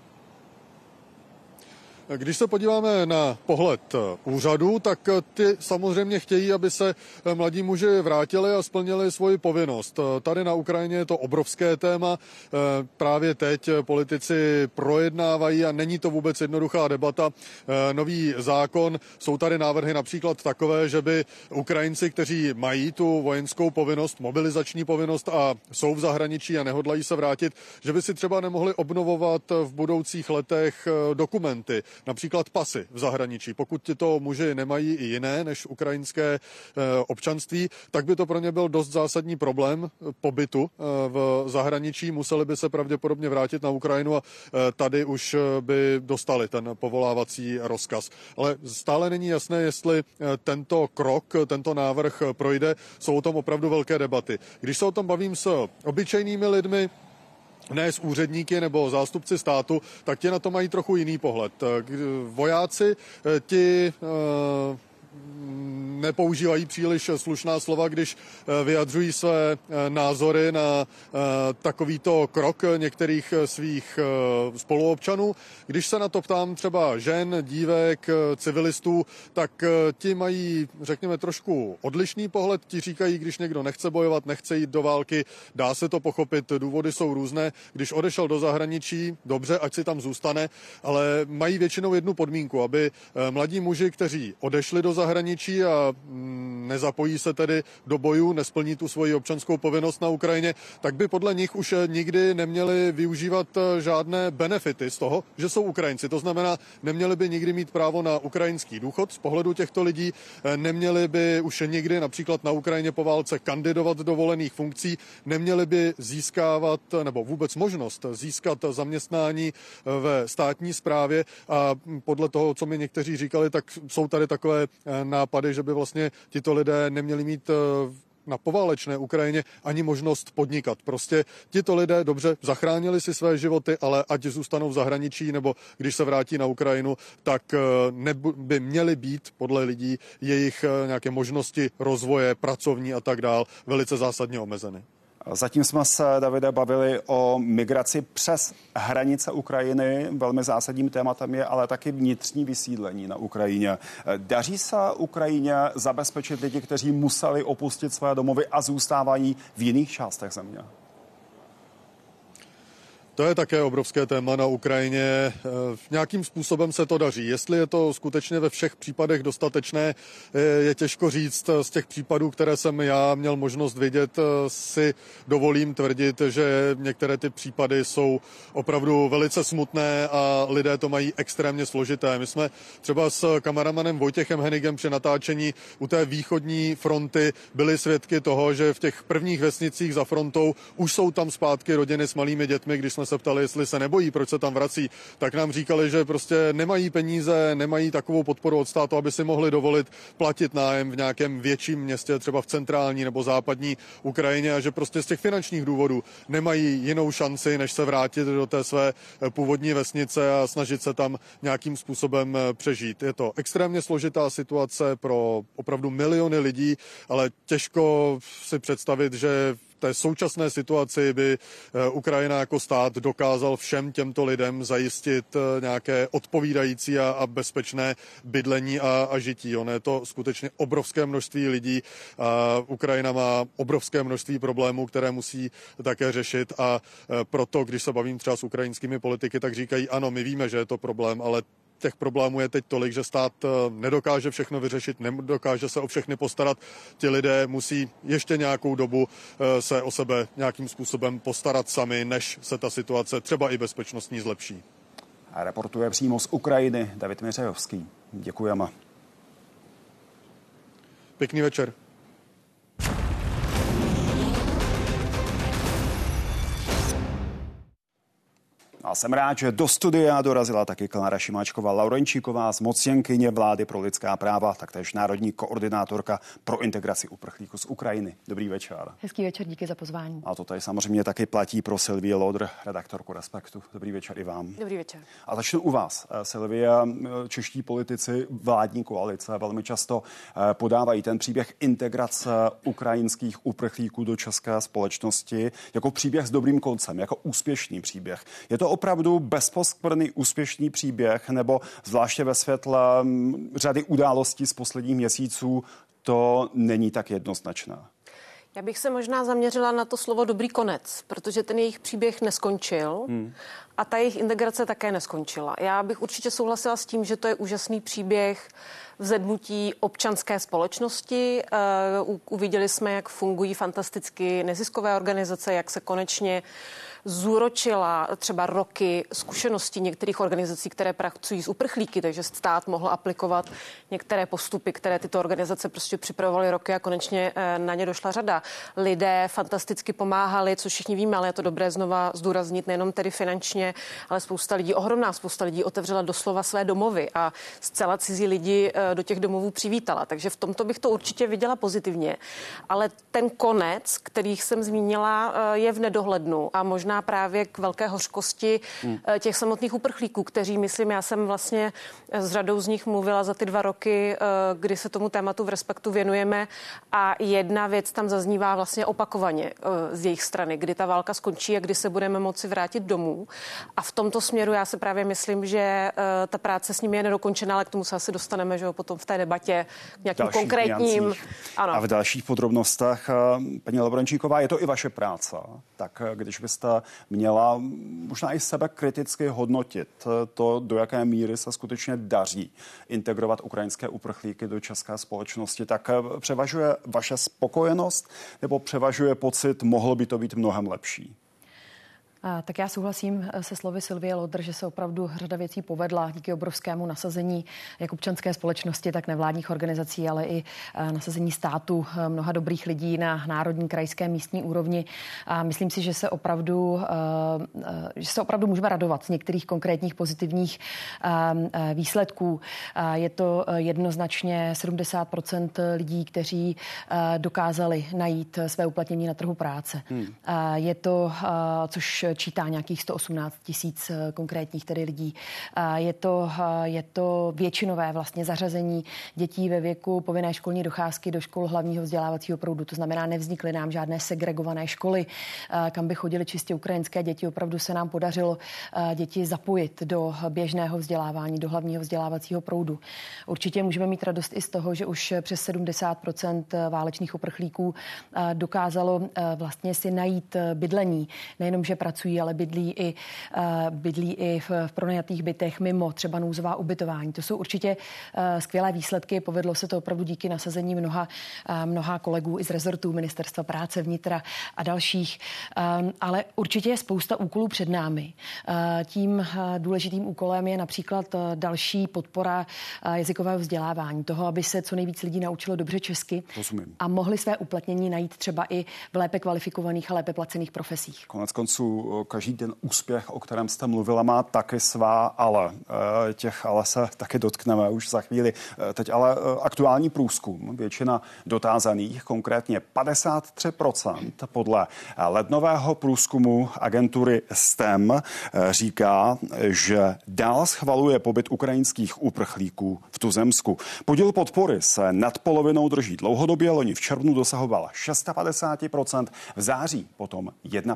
Když se podíváme na pohled úřadu, tak ty samozřejmě chtějí, aby se mladí muži vrátili a splnili svoji povinnost. Tady na Ukrajině je to obrovské téma. Právě teď politici projednávají a není to vůbec jednoduchá debata. Nový zákon, jsou tady návrhy například takové, že by Ukrajinci, kteří mají tu vojenskou povinnost, mobilizační povinnost a jsou v zahraničí a nehodlají se vrátit, že by si třeba nemohli obnovovat v budoucích letech dokumenty. například pasy v zahraničí. Pokud tyto muži nemají i jiné než ukrajinské občanství, tak by to pro ně byl dost zásadní problém pobytu v zahraničí. Museli by se pravděpodobně vrátit na Ukrajinu a tady už by dostali ten povolávací rozkaz. Ale stále není jasné, jestli tento krok, tento návrh projde. Jsou o tom opravdu velké debaty. Když se o tom bavím s obyčejnými lidmi, ne s úředníky nebo zástupci státu, tak ti na to mají trochu jiný pohled. Vojáci ti nepoužívají příliš slušná slova, když vyjadřují své názory na takovýto krok některých svých spoluobčanů. Když se na to ptám třeba žen, dívek, civilistů, tak ti mají, řekněme, trošku odlišný pohled. Ti říkají, když někdo nechce bojovat, nechce jít do války, dá se to pochopit, důvody jsou různé. Když odešel do zahraničí, dobře, ať si tam zůstane, ale mají většinou jednu podmínku, aby mladí muži, kteří odešli do zahraničí a nezapojí se tedy do bojů, nesplní tu svoji občanskou povinnost na Ukrajině, tak by podle nich už nikdy neměli využívat žádné benefity z toho, že jsou Ukrajinci. To znamená, neměli by nikdy mít právo na ukrajinský důchod z pohledu těchto lidí, neměli by už nikdy například na Ukrajině po válce kandidovat do volených funkcí, neměli by získávat nebo vůbec možnost získat zaměstnání ve státní správě a podle toho, co mi někteří říkali, tak jsou tady takové nápady, že by vlastně tito lidé neměli mít na poválečné Ukrajině ani možnost podnikat. Prostě tito lidé dobře zachránili si své životy, ale ať zůstanou v zahraničí nebo když se vrátí na Ukrajinu, tak by měly být podle lidí jejich nějaké možnosti rozvoje, pracovní a tak dál velice zásadně omezeny. Zatím jsme se, Davide, bavili o migraci přes hranice Ukrajiny. Velmi zásadním tématem je ale taky vnitřní vysídlení na Ukrajině. Daří se Ukrajině zabezpečit lidi, kteří museli opustit své domovy a zůstávají v jiných částech země? To je také obrovské téma na Ukrajině. Nějakým způsobem se to daří. Jestli je to skutečně ve všech případech dostatečné, je těžko říct. Z těch případů, které jsem já měl možnost vidět, si dovolím tvrdit, že některé ty případy jsou opravdu velice smutné a lidé to mají extrémně složité. My jsme třeba s kameramanem Vojtěchem Henigem při natáčení u té východní fronty byli svědky toho, že v těch prvních vesnicích za frontou už jsou tam zpátky rodiny s malými dětmi. Když jsme se ptali, jestli se nebojí, proč se tam vrací, tak nám říkali, že prostě nemají peníze, nemají takovou podporu od státu, aby si mohli dovolit platit nájem v nějakém větším městě, třeba v centrální nebo západní Ukrajině, a že prostě z těch finančních důvodů nemají jinou šanci, než se vrátit do té své původní vesnice a snažit se tam nějakým způsobem přežít. Je to extrémně složitá situace pro opravdu miliony lidí, ale těžko si představit, že v té současné situaci by Ukrajina jako stát dokázal všem těmto lidem zajistit nějaké odpovídající a bezpečné bydlení a žití. Ono je to skutečně obrovské množství lidí. Ukrajina má obrovské množství problémů, které musí také řešit, a proto, když se bavím třeba s ukrajinskými politiky, tak říkají, ano, my víme, že je to problém, ale těch problémů je teď tolik, že stát nedokáže všechno vyřešit, nedokáže se o všechny postarat. Ti lidé musí ještě nějakou dobu se o sebe nějakým způsobem postarat sami, než se ta situace třeba i bezpečnostní zlepší. A reportuje přímo z Ukrajiny David Miřejovský. Děkujeme. Pěkný večer. A jsem rád, že do studia dorazila taky Klára Šimáčková-Laurenčíková, zmocněnkyně vlády pro lidská práva, taktéž národní koordinátorka pro integraci uprchlíků z Ukrajiny. Dobrý večer. Hezký večer, díky za pozvání. A to tady samozřejmě taky platí pro Silvii Lodr, redaktorku Respektu. Dobrý večer i vám. Dobrý večer. A začnu u vás, Silvie. Čeští politici vládní koalice velmi často podávají ten příběh integrace ukrajinských uprchlíků do české společnosti jako příběh s dobrým koncem, jako úspěšný příběh. Je to opravdu bezposkvrný úspěšný příběh, nebo zvláště ve světle řady událostí z posledních měsíců to není tak jednoznačné? Já bych se možná zaměřila na to slovo dobrý konec, protože ten jejich příběh neskončil a ta jejich integrace také neskončila. Já bych určitě souhlasila s tím, že to je úžasný příběh vzedmutí občanské společnosti. Uviděli jsme, jak fungují fantasticky neziskové organizace, jak se konečně zúročila třeba roky zkušenosti některých organizací, které pracují s uprchlíky, takže stát mohl aplikovat některé postupy, které tyto organizace prostě připravovaly roky a konečně na ně došla řada. Lidé fantasticky pomáhali, což všichni víme, ale je to dobré znova zdůraznit, nejenom tedy finančně, ale ohromná spousta lidí otevřela doslova své domovy a zcela cizí lidi do těch domovů přivítala. Takže v tomto bych to určitě viděla pozitivně. Ale ten konec, který jsem zmínila, je v nedohlednu a možná právě k velké hořkosti těch samotných uprchlíků, kteří, myslím, já jsem vlastně s řadou z nich mluvila za ty 2 roky, kdy se tomu tématu v Respektu věnujeme a jedna věc tam zaznívá vlastně opakovaně z jejich strany, kdy ta válka skončí a kdy se budeme moci vrátit domů. A v tomto směru já se právě myslím, že ta práce s nimi je nedokončená, ale k tomu se asi dostaneme, že jo, potom v té debatě k nějakým konkrétním. Ano. A v dalších podrobnostech, paní Lebrončíková, je to i vaše práce. Tak když byste měla možná i sebe kriticky hodnotit to, do jaké míry se skutečně daří integrovat ukrajinské uprchlíky do české společnosti, tak převažuje vaše spokojenost nebo převažuje pocit, mohlo by to být mnohem lepší? Tak já souhlasím se slovy Sylvie Lodr, že se opravdu řada věcí povedla díky obrovskému nasazení jak občanské společnosti, tak nevládních organizací, ale i nasazení státu, mnoha dobrých lidí na národní, krajské, místní úrovni. A myslím si, že se opravdu můžeme radovat z některých konkrétních pozitivních výsledků. Je to jednoznačně 70% lidí, kteří dokázali najít své uplatnění na trhu práce. Je to, což čítá nějakých 118 000 konkrétních tedy lidí. Je to většinové vlastně zařazení dětí ve věku povinné školní docházky do škol hlavního vzdělávacího proudu. To znamená, nevznikly nám žádné segregované školy, kam by chodili čistě ukrajinské děti. Opravdu se nám podařilo děti zapojit do běžného vzdělávání, do hlavního vzdělávacího proudu. Určitě můžeme mít radost i z toho, že už přes 70% válečných uprchlíků dokázalo vlastně si najít bydlení. Nejenom, že pracují, ale bydlí i v pronajatých bytech mimo třeba nouzová ubytování. To jsou určitě skvělé výsledky. Povedlo se to opravdu díky nasazení mnoha kolegů i z rezortů Ministerstva práce, vnitra a dalších. Ale určitě je spousta úkolů před námi. Tím důležitým úkolem je například další podpora jazykového vzdělávání, toho, aby se co nejvíc lidí naučilo dobře česky. Rozumím. A mohli své uplatnění najít třeba i v lépe kvalifikovaných a lépe placených profesích. Konec konců každý ten úspěch, o kterém jste mluvila, má taky svá ale. Těch ale se taky dotkneme už za chvíli. Teď ale aktuální průzkum. Většina dotázaných, konkrétně 53% podle lednového průzkumu agentury STEM říká, že dál schvaluje pobyt ukrajinských uprchlíků v tuzemsku. Podíl podpory se nad polovinou drží dlouhodobě. Loni v červnu dosahoval 56%, v září potom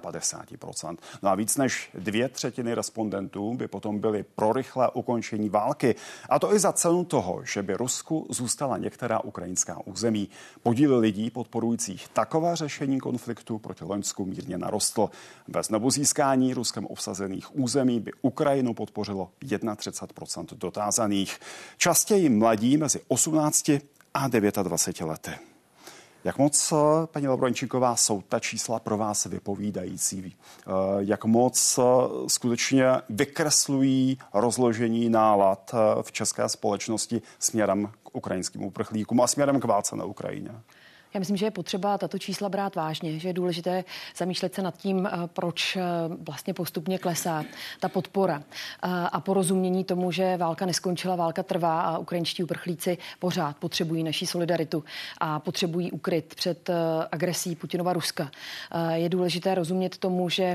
51%. No a víc než 2/3 respondentů by potom byly pro rychlé ukončení války. A to i za cenu toho, že by Rusku zůstala některá ukrajinská území. Podíl lidí podporujících takové řešení konfliktu proti Loňsku mírně narostl. Ve znovu získání Ruskem obsazených území by Ukrajinu podpořilo 31% dotázaných. Častěji mladí mezi 18 a 29 lety. Jak moc, paní Lebrončíková, jsou ta čísla pro vás vypovídající? Jak moc skutečně vykreslují rozložení nálad v české společnosti směrem k ukrajinským uprchlíkům a směrem k válce na Ukrajině? Já myslím, že je potřeba tato čísla brát vážně, že je důležité zamýšlet se nad tím, proč vlastně postupně klesá ta podpora a porozumění tomu, že válka neskončila, válka trvá a ukrajinští uprchlíci pořád potřebují naší solidaritu a potřebují ukryt před agresí Putinova Ruska. Je důležité rozumět tomu, že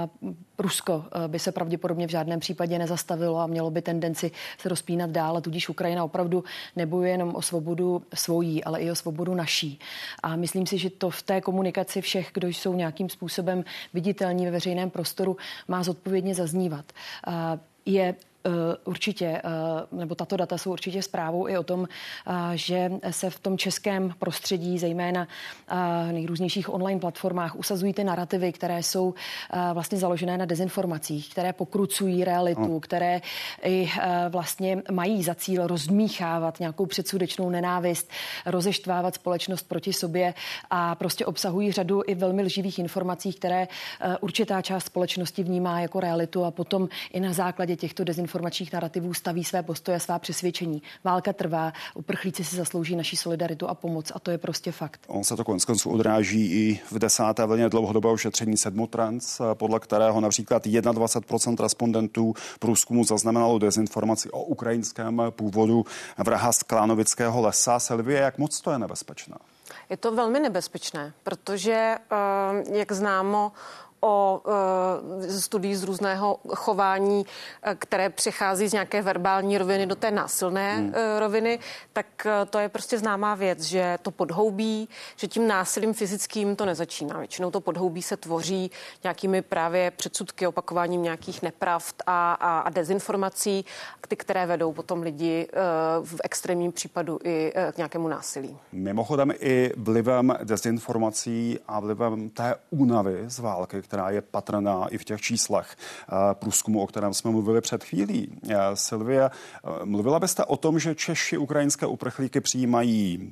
Rusko by se pravděpodobně v žádném případě nezastavilo a mělo by tendenci se rozpínat dál, a tudíž Ukrajina opravdu nebojuje jenom o svobodu svojí, ale i o svobodu naší. A myslím si, že to v té komunikaci všech, kdo jsou nějakým způsobem viditelní ve veřejném prostoru, má zodpovědně zaznívat. Je Určitě, nebo tato data jsou určitě zprávou i o tom, že se v tom českém prostředí, zejména nejrůznějších online platformách, usazují ty narrativy, které jsou vlastně založené na dezinformacích, které pokrucují realitu, které i vlastně mají za cíl rozdmíchávat nějakou předsudečnou nenávist, rozeštvávat společnost proti sobě a prostě obsahují řadu i velmi lživých informací, které určitá část společnosti vnímá jako realitu a potom i na základě těchto dezinformačních narrativů staví své postoje, svá přesvědčení. Válka trvá, uprchlíci si zaslouží naši solidaritu a pomoc a to je prostě fakt. On se to koneckonců odráží i v 10. vlně dlouhodobého šetření Sedmotrans, podle kterého například 21% respondentů průzkumu zaznamenalo dezinformaci o ukrajinském původu vraha z Klánovického lesa. Silvie, jak moc to je nebezpečné? Je to velmi nebezpečné, protože, jak známo, o studií z různého chování, které přechází z nějaké verbální roviny do té násilné roviny, tak to je prostě známá věc, že to podhoubí, že tím násilím fyzickým to nezačíná. Většinou to podhoubí se tvoří nějakými právě předsudky, opakováním nějakých nepravd a dezinformací, ty, které vedou potom lidi v extrémním případu i k nějakému násilí. Mimochodem i vlivem dezinformací a vlivem té únavy z války, která je patrná i v těch číslech průzkumu, o kterém jsme mluvili před chvílí. Silvie, mluvila byste o tom, že Češi ukrajinské uprchlíky přijímají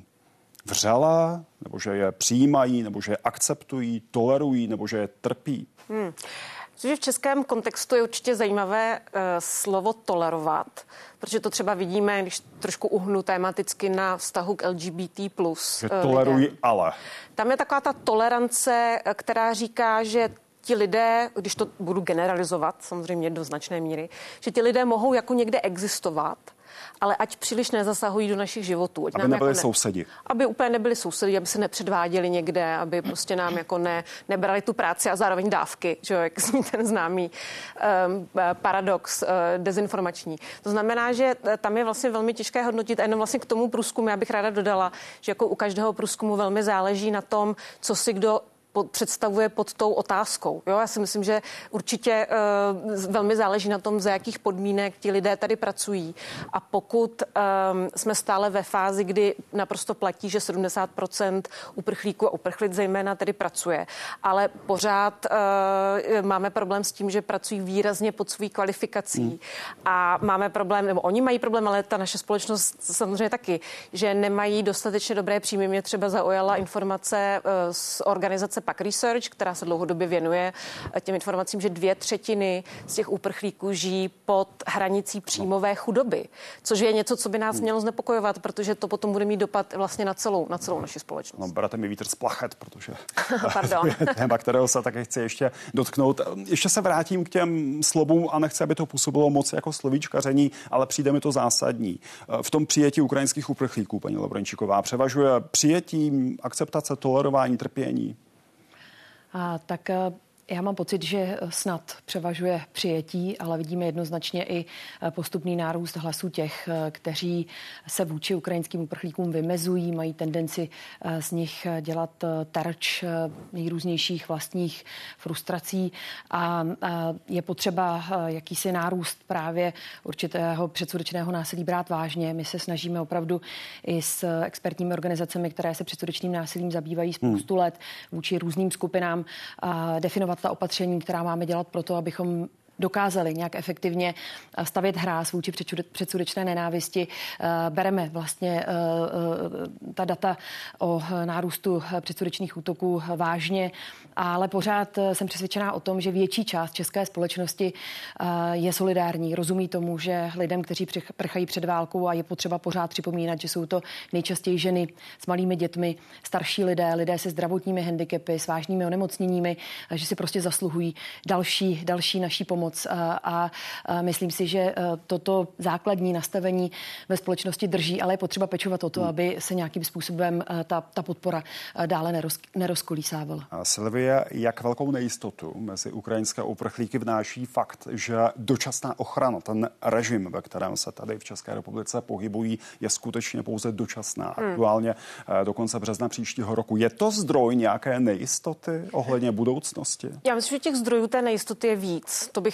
vřele, nebo že je přijímají, nebo že je akceptují, tolerují, nebo že je trpí? Protože v českém kontextu je určitě zajímavé slovo tolerovat, protože to třeba vidíme, když trošku uhnu tematicky na vztahu k LGBT+. Že tolerují, ale. Tam je taková ta tolerance, která říká, že ti lidé, když to budu generalizovat, samozřejmě do značné míry, že ti lidé mohou jako někde existovat, ale ať příliš nezasahují do našich životů. Aby nebyli sousedi. Aby úplně nebyli sousedi, aby se nepředváděli někde, aby prostě nám jako nebrali tu práci a zároveň dávky, že jo, jak zní ten známý paradox dezinformační. To znamená, že tam je vlastně velmi těžké hodnotit a jenom vlastně k tomu průzkumu já bych ráda dodala, že jako u každého průzkumu velmi záleží na tom, co si kdo představuje pod tou otázkou. Jo, já si myslím, že určitě velmi záleží na tom, za jakých podmínek ti lidé tady pracují. A pokud jsme stále ve fázi, kdy naprosto platí, že 70% uprchlíků a uprchlic zejména tady pracuje, ale pořád máme problém s tím, že pracují výrazně pod svou kvalifikací a máme problém, nebo oni mají problém, ale ta naše společnost samozřejmě taky, že nemají dostatečně dobré příjmy. Mě třeba zaujala informace z organizace PAC Research, která se dlouhodobě věnuje těm informacím, že 2/3 z těch uprchlíků žijí pod hranicí příjmové chudoby, což je něco, co by nás mělo znepokojovat, protože to potom bude mít dopad vlastně na celou naši společnost. No, berete mi vítr z plachet, protože Pardon. téma, kterého se také chci ještě dotknout. Ještě se vrátím k těm slovům a nechci, aby to působilo moc jako slovíčkaření, ale přijde mi to zásadní. V tom přijetí ukrajinských uprchlíků, paní Lovrenčíková, převažuje přijetí, akceptace, tolerování, trpění? Tak já mám pocit, že snad převažuje přijetí, ale vidíme jednoznačně i postupný nárůst hlasů těch, kteří se vůči ukrajinským uprchlíkům vymezují, mají tendenci z nich dělat terč nejrůznějších vlastních frustrací a je potřeba jakýsi nárůst právě určitého předsudečného násilí brát vážně. My se snažíme opravdu i s expertními organizacemi, které se předsudečným násilím zabývají spoustu let vůči různým skupinám definovat ta opatření, která máme dělat pro to, abychom dokázali nějak efektivně stavět hráz vůči předsudečné nenávisti. Bereme vlastně ta data o nárůstu předsudečných útoků vážně, ale pořád jsem přesvědčená o tom, že větší část české společnosti je solidární. Rozumí tomu, že lidem, kteří prchají před válkou a je potřeba pořád připomínat, že jsou to nejčastěji ženy s malými dětmi, starší lidé se zdravotními handicapy, s vážnými onemocněními, že si prostě zasluhují další naší pomoc. A myslím si, že toto základní nastavení ve společnosti drží, ale je potřeba pečovat o to, aby se nějakým způsobem ta podpora dále nerozkolísávala. Silvie, jak velkou nejistotu mezi ukrajinské uprchlíky vnáší fakt, že dočasná ochrana, ten režim, ve kterém se tady v České republice pohybují, je skutečně pouze dočasná. Aktuálně do konce března příštího roku. Je to zdroj nějaké nejistoty ohledně budoucnosti? Já myslím, že těch zdrojů té nejistoty je víc. To bych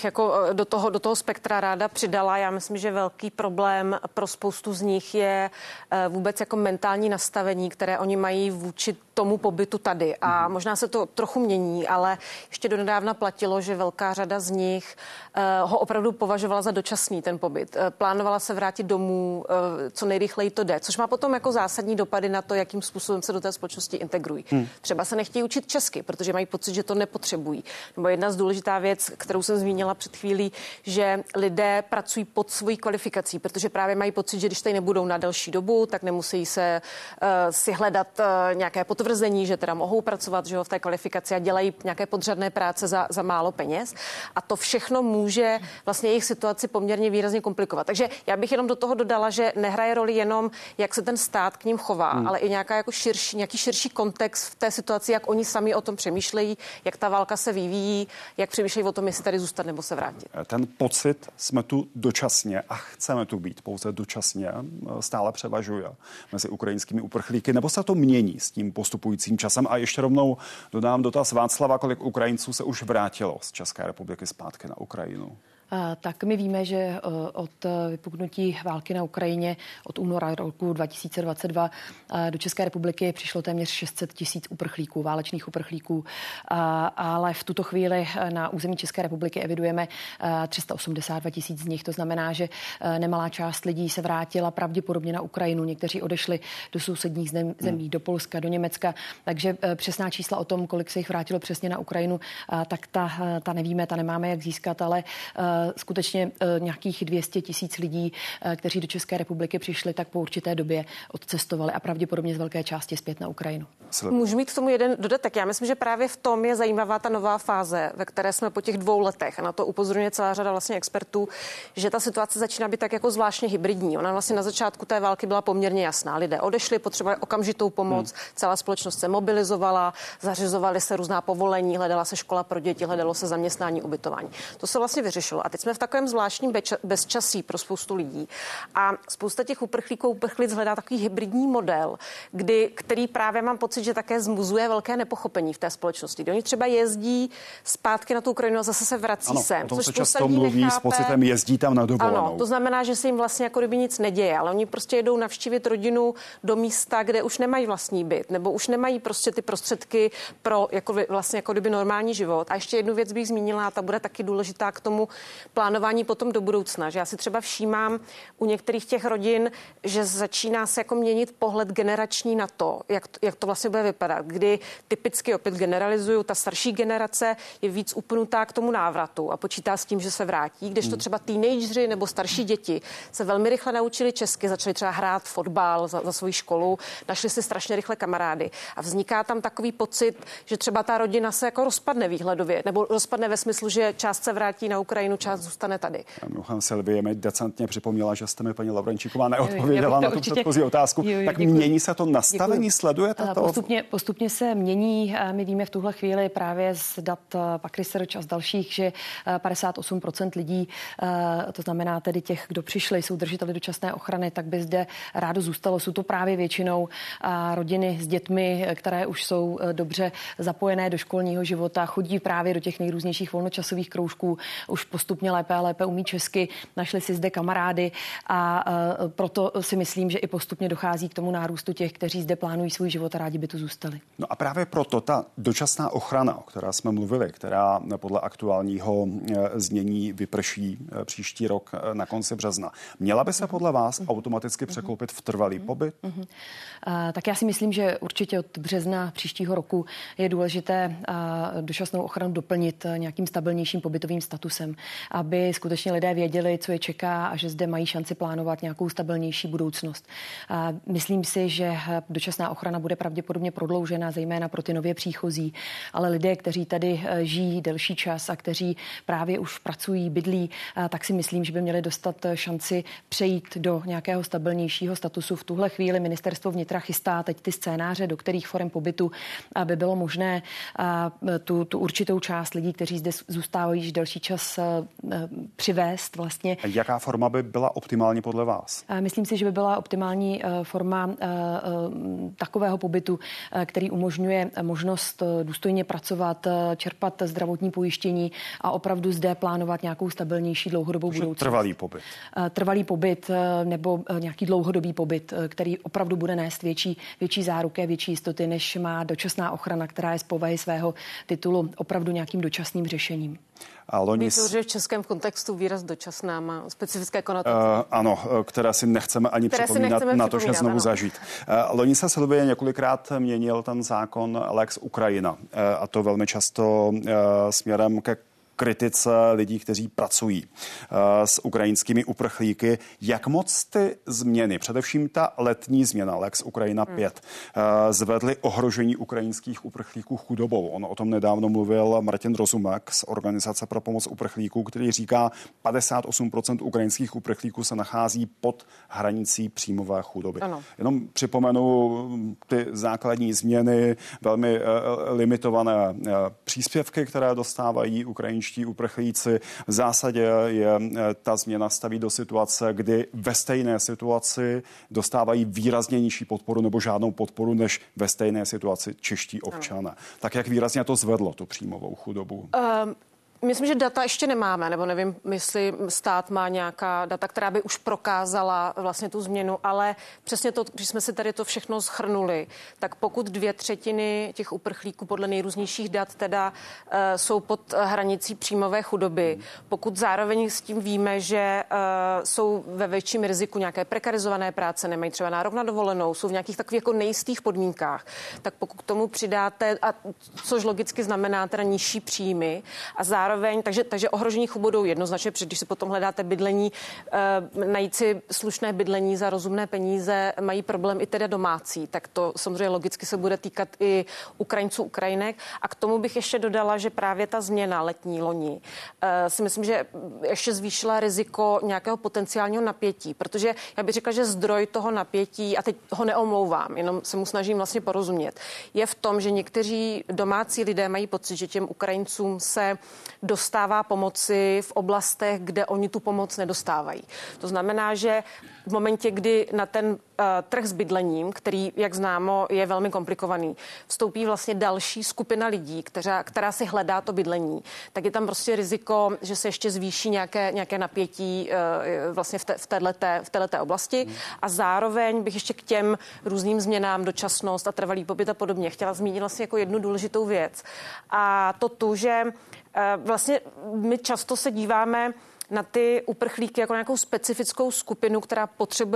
bych jako do toho spektra ráda přidala. Já myslím, že velký problém pro spoustu z nich je vůbec jako mentální nastavení, které oni mají vůči tomu pobytu tady. A možná se to trochu mění, ale ještě donedávna platilo, že velká řada z nich ho opravdu považovala za dočasný ten pobyt. Plánovala se vrátit domů, co nejrychleji to jde, což má potom jako zásadní dopady na to, jakým způsobem se do té společnosti integrují. Třeba se nechtějí učit česky, protože mají pocit, že to nepotřebují. Nebo jedna z důležitá věc, kterou jsem zmínila před chvílí, že lidé pracují pod svojí kvalifikací, protože právě mají pocit, že když tady nebudou na delší dobu, tak nemusí se si hledat nějaké potvrzení, že teda mohou pracovat, že v té kvalifikaci a dělají nějaké podřadné práce za málo peněz. A to všechno může vlastně jejich situaci poměrně výrazně komplikovat. Takže já bych jenom do toho dodala, že nehraje roli jenom, jak se ten stát k ním chová, ale i nějaký širší kontext v té situaci, jak oni sami o tom přemýšlejí, jak ta válka se vyvíjí, jak přemýšlejí o tom, jestli tady zůstat nebo se vrátit. Ten pocit, jsme tu dočasně a chceme tu být pouze dočasně, stále převažuje mezi ukrajinskými uprchlíky, nebo se to mění s tím postupujícím časem? A ještě rovnou dodám dotaz Václava, kolik Ukrajinců se už vrátilo z České republiky zpátky na Ukrajinu? Tak my víme, že od vypuknutí války na Ukrajině od února roku 2022 do České republiky přišlo téměř 600 000 uprchlíků, válečných uprchlíků, ale v tuto chvíli na území České republiky evidujeme 382 000 z nich. To znamená, že nemalá část lidí se vrátila pravděpodobně na Ukrajinu. Někteří odešli do sousedních zemí, do Polska, do Německa. Takže přesná čísla o tom, kolik se jich vrátilo přesně na Ukrajinu, tak ta nevíme, ta nemáme jak získat, ale skutečně nějakých 200 000 lidí, kteří do České republiky přišli, tak po určité době odcestovali a pravděpodobně z velké části zpět na Ukrajinu. Můžu mít k tomu jeden dodatek. Já myslím, že právě v tom je zajímavá ta nová fáze, ve které jsme po těch 2 letech, a na to upozorňuje celá řada vlastně expertů, že ta situace začíná být tak jako zvláštně hybridní. Ona vlastně na začátku té války byla poměrně jasná. Lidé odešli, potřebovali okamžitou pomoc, celá společnost se mobilizovala, zařizovaly se různá povolení, hledala se škola pro děti, hledalo se zaměstnání, ubytování. To se vlastně vyřešilo. A teď jsme v takovém zvláštním bezčasí pro spoustu lidí. A spousta těch uprchlíc hledá takový hybridní model, který právě mám pocit, že také zmuzuje velké nepochopení v té společnosti. Kdy oni třeba jezdí zpátky na tu Ukrajinu a zase se vrací sem. O tom se často mluví s pocitem jezdí tam na dovolenou. Ano, to znamená, že se jim vlastně jako kdyby nic neděje, ale oni prostě jedou navštívit rodinu do místa, kde už nemají vlastní byt, nebo už nemají prostě ty prostředky pro vlastně jako kdyby normální život. A ještě jednu věc bych zmínila, a ta bude taky důležitá k tomu plánování potom do budoucna, že já si třeba všímám u některých těch rodin, že začíná se jako měnit pohled generační na to, jak to vlastně bude vypadat, kdy typicky opět generalizuju, ta starší generace je víc upnutá k tomu návratu a počítá s tím, že se vrátí, kdežto třeba teenageři nebo starší děti se velmi rychle naučili česky, začali třeba hrát fotbal za svoji školu, našli si strašně rychle kamarády a vzniká tam takový pocit, že třeba ta rodina se jako rozpadne výhledově, nebo rozpadne ve smyslu, že část se vrátí na Ukrajinu, část zůstane tady. Mimochodem Silvie mi decentně připomněla, že jste mi, paní Lavrenčíková, neodpověděla na tu předchozí otázku. Tak mění se to nastavení, sledujete to? Postupně se mění. My víme v tuhle chvíli právě z dat PAC Research a z dalších, že 58% lidí, to znamená tedy těch, kdo přišli, jsou držiteli dočasné ochrany, tak by zde rádo zůstalo. Jsou to právě většinou rodiny s dětmi, které už jsou dobře zapojené do školního života, chodí právě do těch nejrůznějších volnočasových kroužků, už postupně lépe a lépe umí česky, našli si zde kamarády a proto si myslím, že i postupně dochází k tomu nárůstu těch, kteří zde plánují svůj život a rádi by tu zůstali. No a právě proto ta dočasná ochrana, o které jsme mluvili, která podle aktuálního znění vyprší příští rok na konci března, měla by se podle vás automaticky překlopit v trvalý pobyt? Tak já si myslím, že určitě od března příštího roku je důležité dočasnou ochranu doplnit nějakým stabilnějším pobytovým statusem, aby skutečně lidé věděli, co je čeká a že zde mají šanci plánovat nějakou stabilnější budoucnost. Myslím si, že dočasná ochrana bude pravděpodobně prodloužena, zejména pro ty nově příchozí, ale lidé, kteří tady žijí delší čas a kteří právě už pracují, bydlí, tak si myslím, že by měli dostat šanci přejít do nějakého stabilnějšího statusu. V tuhle chvíli ministerstvo vnitra chystá teď ty scénáře, do kterých forem pobytu by bylo možné tu určitou část lidí, kteří zde zůstávají již delší čas, přivést vlastně. A jaká forma by byla optimální podle vás? Myslím si, že by byla optimální forma takového pobytu, který umožňuje možnost důstojně pracovat, čerpat zdravotní pojištění a opravdu zde plánovat nějakou stabilnější dlouhodobou budoucnost. Trvalý pobyt. Trvalý pobyt nebo nějaký dlouhodobý pobyt, který opravdu bude nést větší záruky, větší jistoty, než má dočasná ochrana, která je z povahy svého titulu opravdu nějakým dočasným řešením. Myslím, že v českém kontextu výraz dočasná má specifické konotace. Ano, které si nechceme ani připomínat, na to, že znovu zažít. Loni se Silvie několikrát měnil ten zákon Lex Ukrajina, a to velmi často směrem ke kritice lidí, kteří pracují s ukrajinskými uprchlíky. Jak moc ty změny, především ta letní změna Lex Ukrajina 5, zvedly ohrožení ukrajinských uprchlíků chudobou? On o tom nedávno mluvil Martin Rozumek z Organizace pro pomoc uprchlíků, který říká, 58% ukrajinských uprchlíků se nachází pod hranicí příjmové chudoby. Ano. Jenom připomenu ty základní změny, velmi limitované příspěvky, které dostávají ukrajinští uprchlíci. V zásadě je ta změna staví do situace, kdy ve stejné situaci dostávají výrazně nižší podporu nebo žádnou podporu, než ve stejné situaci čeští občané. Tak jak výrazně to zvedlo, tu příjmovou chudobu? Myslím, že data ještě nemáme, nebo nevím, jestli stát má nějaká data, která by už prokázala vlastně tu změnu, ale přesně to, když jsme si tady to všechno shrnuli, tak pokud 2/3 těch uprchlíků podle nejrůznějších dat teda jsou pod hranicí příjmové chudoby, pokud zároveň s tím víme, že jsou ve větším riziku nějaké prekarizované práce, nemají třeba nárok na dovolenou, jsou v nějakých takových jako nejistých podmínkách, tak pokud k tomu přidáte, a což logicky znamená teda nižší příjmy a zároveň, takže ohrožení chudobou jednoznačně, protože když si potom hledáte bydlení, najít si slušné bydlení za rozumné peníze, mají problém i teda domácí, tak to samozřejmě logicky se bude týkat i Ukrajinců, Ukrajinek. A k tomu bych ještě dodala, že právě ta změna letní loni si myslím, že ještě zvýšila riziko nějakého potenciálního napětí, protože já bych řekla, že zdroj toho napětí, a teď ho neomlouvám, jenom se mu snažím vlastně porozumět, je v tom, že někteří domácí lidé mají pocit, že těm Ukrajincům se dostává pomoci v oblastech, kde oni tu pomoc nedostávají. To znamená, že v momentě, kdy na ten trh s bydlením, který, jak známo, je velmi komplikovaný, vstoupí vlastně další skupina lidí, která si hledá to bydlení, tak je tam prostě riziko, že se ještě zvýší nějaké napětí vlastně v této oblasti. A zároveň bych ještě k těm různým změnám, dočasnost a trvalý pobyt a podobně chtěla zmínit vlastně jako jednu důležitou věc. A to tu, že vlastně my často se díváme na ty uprchlíky jako nějakou specifickou skupinu, která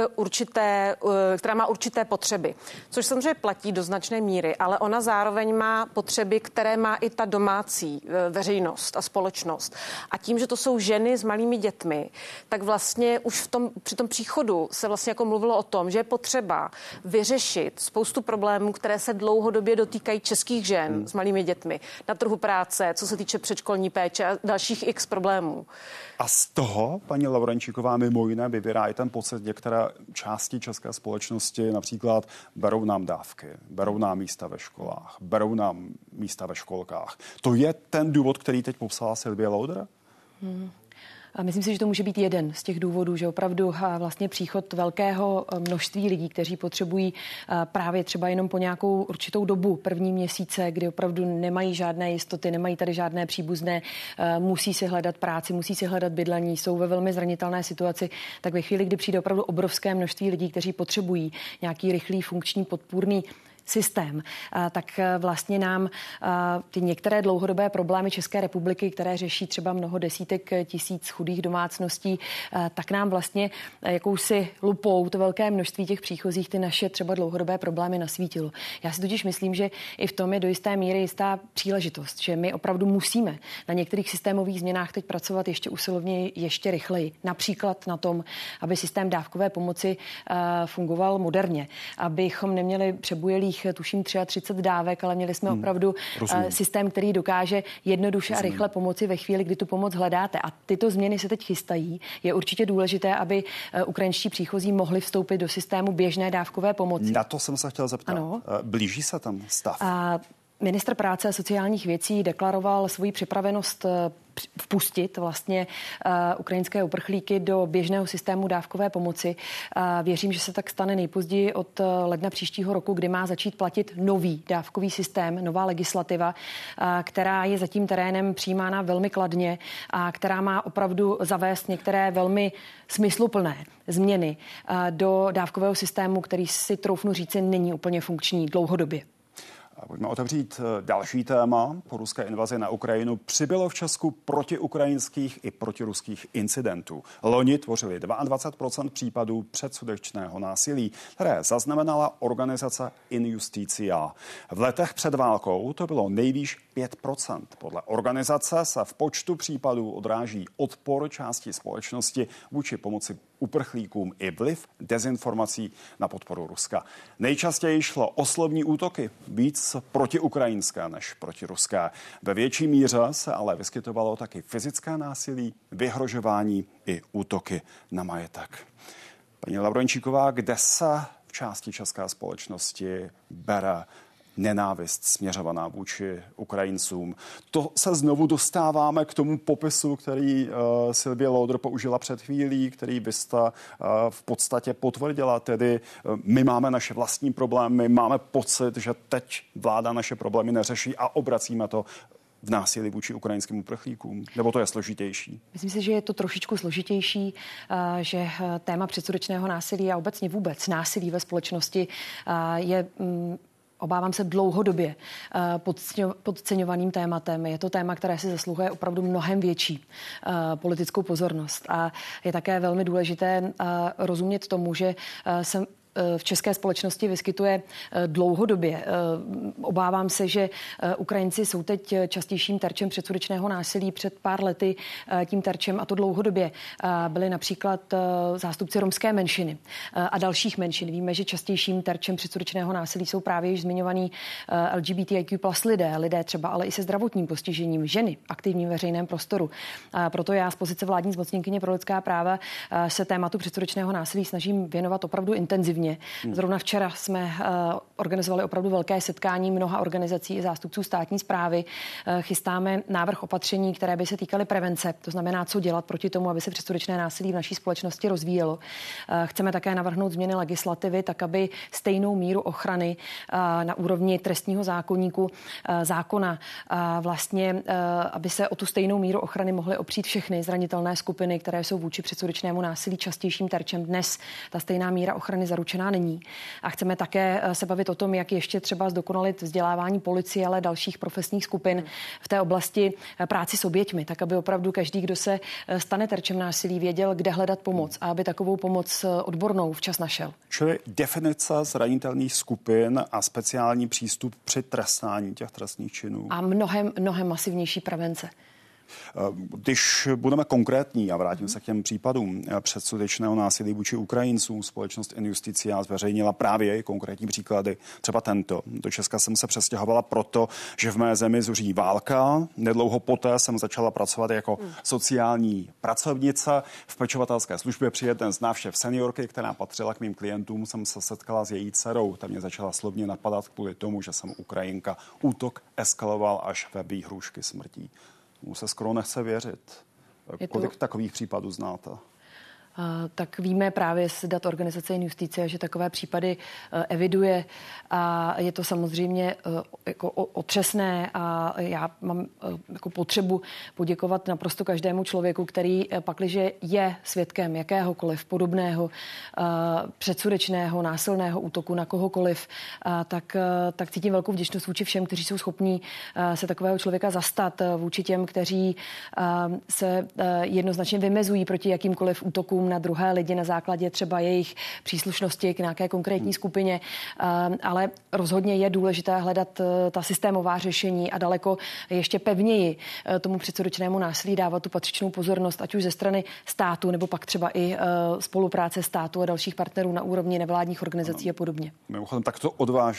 má určité potřeby. Což samozřejmě platí do značné míry, ale ona zároveň má potřeby, které má i ta domácí veřejnost a společnost. A tím, že to jsou ženy s malými dětmi, tak vlastně už při tom příchodu se vlastně jako mluvilo o tom, že je potřeba vyřešit spoustu problémů, které se dlouhodobě dotýkají českých žen s malými dětmi na trhu práce, co se týče předškolní péče a dalších x problémů. A z toho, paní Laurenčíková, mimo jiné vyvírá i ten pocit, některé části české společnosti například berou nám dávky, berou nám místa ve školách, berou nám místa ve školkách. To je ten důvod, který teď popsala Silvie Lauder? A myslím si, že to může být jeden z těch důvodů, že opravdu vlastně příchod velkého množství lidí, kteří potřebují právě třeba jenom po nějakou určitou dobu, první měsíce, kdy opravdu nemají žádné jistoty, nemají tady žádné příbuzné, musí si hledat práci, musí si hledat bydlení, jsou ve velmi zranitelné situaci, tak ve chvíli, kdy přijde opravdu obrovské množství lidí, kteří potřebují nějaký rychlý, funkční, podpůrný systém, tak vlastně nám ty některé dlouhodobé problémy České republiky, které řeší třeba mnoho desítek tisíc chudých domácností, tak nám vlastně jakousi lupou to velké množství těch příchozích ty naše třeba dlouhodobé problémy nasvítilo. Já si totiž myslím, že i v tom je do jisté míry jistá příležitost, že my opravdu musíme na některých systémových změnách teď pracovat ještě usilovněji, ještě rychleji. Například na tom, aby systém dávkové pomoci fungoval moderně, abychom neměli přebujelých tuším 33 dávek, ale měli jsme opravdu systém, který dokáže jednoduše a rychle pomoci ve chvíli, kdy tu pomoc hledáte. A tyto změny se teď chystají. Je určitě důležité, aby ukrajinští příchozí mohli vstoupit do systému běžné dávkové pomoci. Na to jsem se chtěl zeptat. Ano. Blíží se tam stav? Ministr práce a sociálních věcí deklaroval svoji připravenost vpustit vlastně ukrajinské uprchlíky do běžného systému dávkové pomoci. Věřím, že se tak stane nejpozději od ledna příštího roku, kdy má začít platit nový dávkový systém, nová legislativa, která je zatím terénem přijímána velmi kladně a která má opravdu zavést některé velmi smysluplné změny do dávkového systému, který si troufnu říci není úplně funkční dlouhodobě. Pojďme otevřít další téma. Po ruské invazi na Ukrajinu přibylo v Česku protiukrajinských i protiruských incidentů. Loni tvořili 22% případů předsudečného násilí, které zaznamenala organizace In Justitia. V letech před válkou to bylo nejvýš 5%. Podle organizace se v počtu případů odráží odpor části společnosti vůči pomoci uprchlíkům i vliv dezinformací na podporu Ruska. Nejčastěji šlo o slovní útoky, víc protiukrajinské než protiruské. Ve větší míře se ale vyskytovalo taky fyzické násilí, vyhrožování i útoky na majetek. Paní Lavrončíková, kde se v části české společnosti bere nenávist směřovaná vůči Ukrajincům? To se znovu dostáváme k tomu popisu, který Sylvie Lauder použila před chvílí, který vy jste v podstatě potvrdila. Tedy my máme naše vlastní problémy, máme pocit, že teď vláda naše problémy neřeší a obracíme to v násilí vůči ukrajinským uprchlíkům? Nebo to je složitější? Myslím si, že je to trošičku složitější, že téma předsudečného násilí a obecně vůbec násilí ve společnosti je obávám se dlouhodobě podceňovaným tématem. Je to téma, které si zasluhuje opravdu mnohem větší politickou pozornost. A je také velmi důležité rozumět tomu, že se v české společnosti vyskytuje dlouhodobě. Obávám se, že Ukrajinci jsou teď častějším terčem předsudečného násilí. Před pár lety tím terčem, a to dlouhodobě, byli například zástupci romské menšiny a dalších menšin. Víme, že častějším terčem předsudečného násilí jsou právě již zmiňovaní LGBTIQ+ lidé třeba ale i se zdravotním postižením, ženy aktivní v veřejném prostoru. Proto já z pozice vládní zmocněnkyně pro lidská práva se tématu předsudečného násilí snažím věnovat opravdu intenzivně. Zrovna včera jsme organizovali opravdu velké setkání mnoha organizací i zástupců státní správy. Chystáme návrh opatření, které by se týkaly prevence, to znamená, co dělat proti tomu, aby se předsudečné násilí v naší společnosti rozvíjelo. Chceme také navrhnout změny legislativy, tak aby stejnou míru ochrany na úrovni trestního zákoníku zákona vlastně, aby se o tu stejnou míru ochrany mohly opřít všechny zranitelné skupiny, které jsou vůči předsudečnému násilí častějším terčem. Dnes ta stejná míra ochrany zaručená není. A chceme také se bavit o tom, jak ještě třeba zdokonalit vzdělávání policie, ale dalších profesních skupin v té oblasti práci s oběťmi, tak aby opravdu každý, kdo se stane terčem násilí, věděl, kde hledat pomoc a aby takovou pomoc odbornou včas našel. Čili definice zranitelných skupin a speciální přístup při trestání těch trestných činů. A mnohem masivnější prevence. Když budeme konkrétní a vrátím se k těm případům předsudečného násilí vůči Ukrajincům, společnost In Justitia zveřejnila právě konkrétní příklady. Třeba tento. Do Česka jsem se přestěhovala proto, že v mé zemi zuří válka. Nedlouho poté jsem začala pracovat jako sociální pracovnice. V pečovatelské službě při jeden z návštěv seniorky, která patřila k mým klientům, jsem se setkala s její dcerou. Ta mě začala slovně napadat kvůli tomu, že jsem Ukrajinka. Útok eskaloval až ve výhrůžky smrtí. Mu se skoro nechce věřit. Kolik takových případů znáte? Tak víme právě z dat organizace In Justitia, že takové případy eviduje a je to samozřejmě jako otřesné a já mám jako potřebu poděkovat naprosto každému člověku, který pakliže je svědkem jakéhokoliv podobného předsudečného, násilného útoku na kohokoliv, tak cítím velkou vděčnost vůči všem, kteří jsou schopní se takového člověka zastat, vůči těm, kteří se jednoznačně vymezují proti jakýmkoliv útokům na druhé lidi na základě třeba jejich příslušnosti k nějaké konkrétní skupině, ale rozhodně je důležité hledat ta systémová řešení a daleko ještě pevněji tomu předsudečnému násilí dávat tu patřičnou pozornost, ať už ze strany státu, nebo pak třeba i spolupráce státu a dalších partnerů na úrovni nevládních organizací a podobně. Mimochodem takto odvážně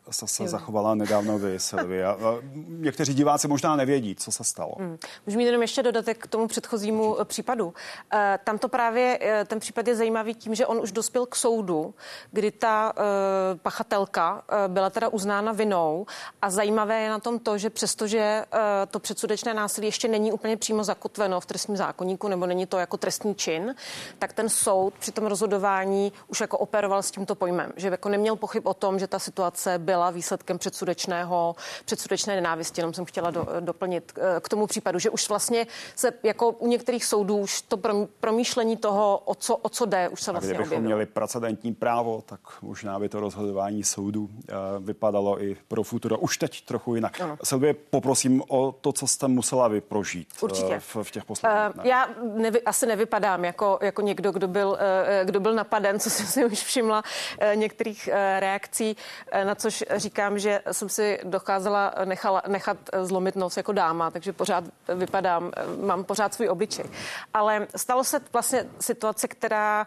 se zachovala nedávno vy, Silvia. Někteří diváci možná nevědí, co se stalo. Můžu mít jenom ještě dodatek k tomu předchozímu případu. Tam to právě, ten případ je zajímavý tím, že on už dospěl k soudu, kdy ta pachatelka byla teda uznána vinou a zajímavé je na tom to, že přestože to předsudečné násilí ještě není úplně přímo zakotveno v trestním zákoníku, nebo není to jako trestný čin, tak ten soud při tom rozhodování už jako operoval s tímto pojmem, že jako neměl pochyb o tom, že ta situace byla výsledkem předsudečné nenávisti. Jenom jsem chtěla doplnit k tomu případu, že už vlastně se jako u některých soudů už to promýšlení toho, o co jde, už se vlastně objevilo. Kdybychom měli precedentní právo, tak možná by to rozhodování soudu vypadalo i pro futuro už teď trochu jinak. Silvie, poprosím o to, co jste musela vy prožít v těch posledních dnech. Já asi nevypadám jako někdo, kdo byl napaden, co jsem si už všimla některých reakcí, na což říkám, že jsem si dokázala nechat zlomit nos jako dáma, takže pořád mám pořád svůj obličej. Ale stalo se vlastně situace, která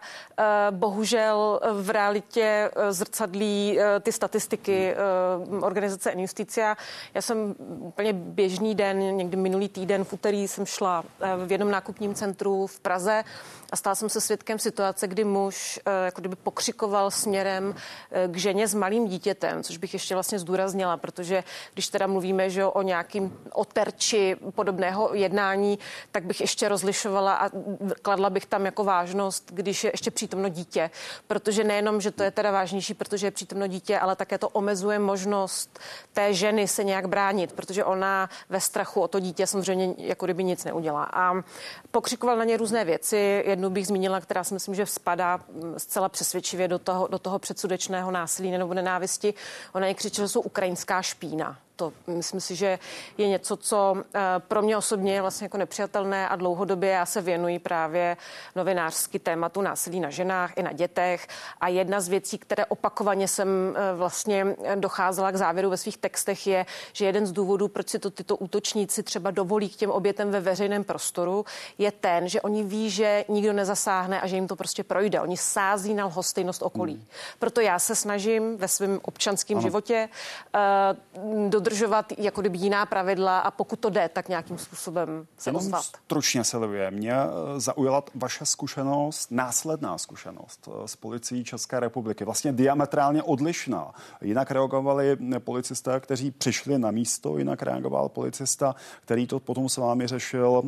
bohužel v realitě zrcadlí ty statistiky organizace Justicia. Já jsem úplně běžný den, někdy minulý týden v úterý jsem šla v jednom nákupním centru v Praze a stala jsem se svědkem situace, kdy muž jako kdyby pokřikoval směrem k ženě s malým dítětem, což bych ještě vlastně zdůraznila, protože když teda mluvíme, že o nějakým terči podobného jednání, tak bych ještě rozlišovala a kladla bych tam jako vážnost, když je ještě přítomno dítě, protože nejenom, že to je teda vážnější, protože je přítomno dítě, ale také to omezuje možnost té ženy se nějak bránit, protože ona ve strachu o to dítě samozřejmě jako kdyby nic neudělá. A pokřikoval na ně různé věci. Jednu bych zmínila, která si myslím, že spadá zcela přesvědčivě do toho předsudečného násilí nebo nenávisti. Ona je křičela, že jsou ukrajinská špína. To myslím si, že je něco, co pro mě osobně je vlastně jako nepřijatelné a dlouhodobě já se věnuji právě novinářsky tématu násilí na ženách i na dětech a jedna z věcí, které opakovaně jsem vlastně docházela k závěru ve svých textech je, že jeden z důvodů, proč si to tyto útočníci třeba dovolí k těm obětem ve veřejném prostoru, je ten, že oni ví, že nikdo nezasáhne a že jim to prostě projde. Oni sází na lhostejnost okolí. Proto já se snažím ve svém občanském životě dodržovat jako kdyby jiná pravidla a pokud to jde, tak nějakým způsobem se ozvat. Stručně, Silvie, mě zaujala vaše zkušenost, následná zkušenost s policií České republiky, vlastně diametrálně odlišná. Jinak reagovali policisté, kteří přišli na místo, jinak reagoval policista, který to potom s vámi řešil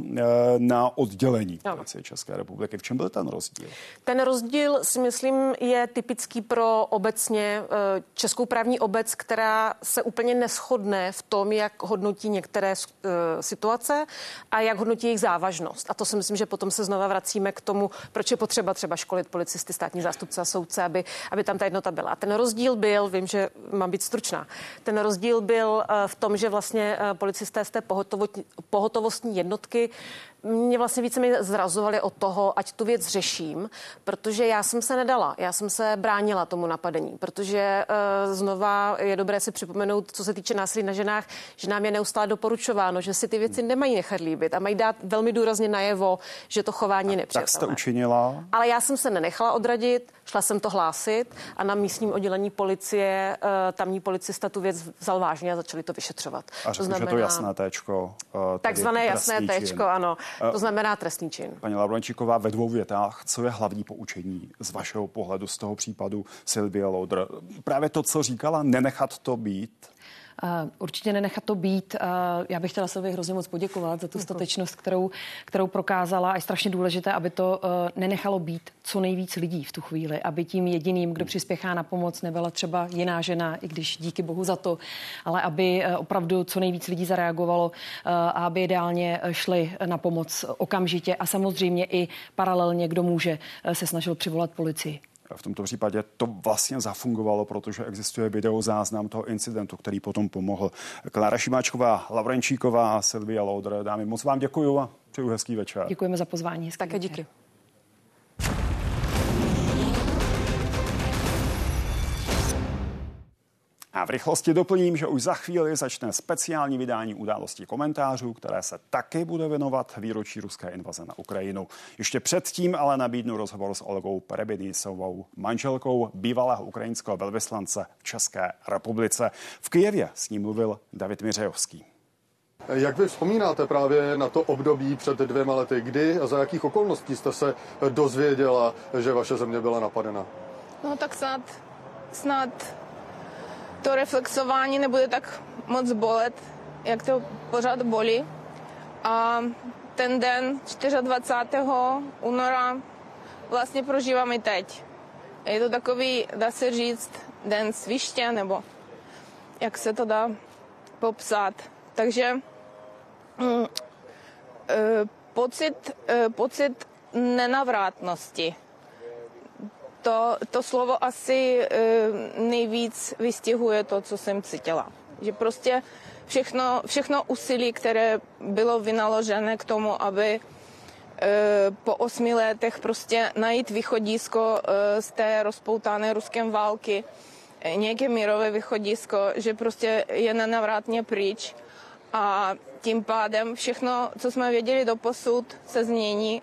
na oddělení policie České republiky. V čem byl ten rozdíl? Ten rozdíl si myslím je typický pro obecně českou právní obec, která se úplně neshodne v tom, jak hodnotí některé situace a jak hodnotí jejich závažnost. A to si myslím, že potom se znova vracíme k tomu, proč je potřeba třeba školit policisty, státní zástupce a soudce, aby tam ta jednota byla. A ten rozdíl byl, vím, že mám být stručná, ten rozdíl byl v tom, že vlastně policisté z té pohotovostní jednotky mě vlastně více mi zrazovali od toho, ať tu věc řeším, protože já jsem se nedala. Já jsem se bránila tomu napadení, protože znova je dobré si připomenout, co se týče násilí na ženách, že nám je neustále doporučováno, že si ty věci nemají nechat líbit a mají dát velmi důrazně najevo, že to chování je nepřijatelné. Tak jste učinila? Ale já jsem se nenechala odradit, šla jsem to hlásit a na místním oddělení policie tamní policista tu věc vzal vážně a začali to vyšetřovat. A řekl, že to jasné téčko. Takzvané jasné téčko, ano. To znamená trestný čin. Paní Lavrončíková, ve 2 větách, co je hlavní poučení z vašeho pohledu z toho případu Silvie Loudr? Právě to, co říkala, nenechat to být? Určitě nenechat to být. Já bych chtěla Silvii hrozně moc poděkovat za tu statečnost, kterou prokázala. A je strašně důležité, aby to nenechalo být co nejvíc lidí v tu chvíli, aby tím jediným, kdo přispěchá na pomoc, nebyla třeba jiná žena, i když díky bohu za to, ale aby opravdu co nejvíc lidí zareagovalo a aby ideálně šli na pomoc okamžitě a samozřejmě i paralelně, kdo může, se snažil přivolat policii. V tomto případě to vlastně zafungovalo, protože existuje videozáznam toho incidentu, který potom pomohl. Klára Šimáčková, Lavrenčíková a Silvia Loudr. Dámy, moc vám děkuju a přeju hezký večer. Děkujeme za pozvání. Také díky. A v rychlosti doplním, že už za chvíli začne speciální vydání Událostí komentářů, které se taky bude věnovat výročí ruské invaze na Ukrajinu. Ještě předtím ale nabídnu rozhovor s Olgou Perebynisovou, manželkou bývalého ukrajinského velvyslance v České republice. V Kyjevě s ním mluvil David Miřejovský. Jak vy vzpomínáte právě na to období před 2 lety, kdy a za jakých okolností jste se dozvěděla, že vaše země byla napadena? No tak snad to reflexování nebude tak moc bolet, jak to pořád bolí. A ten den 24. února vlastně prožívám i teď. Je to takový, dá se říct, den sviště, nebo jak se to dá popsat. Takže pocit nenavratnosti. To slovo asi nejvíc vystihuje to, co jsem cítila. Že prostě všechno úsilí, které bylo vynaložené k tomu, aby po 8 letech prostě najít východisko z té rozpoutané ruském války, nějaké mírové východisko, že prostě je nenavratně pryč. A tím pádem všechno, co jsme věděli doposud, se změní.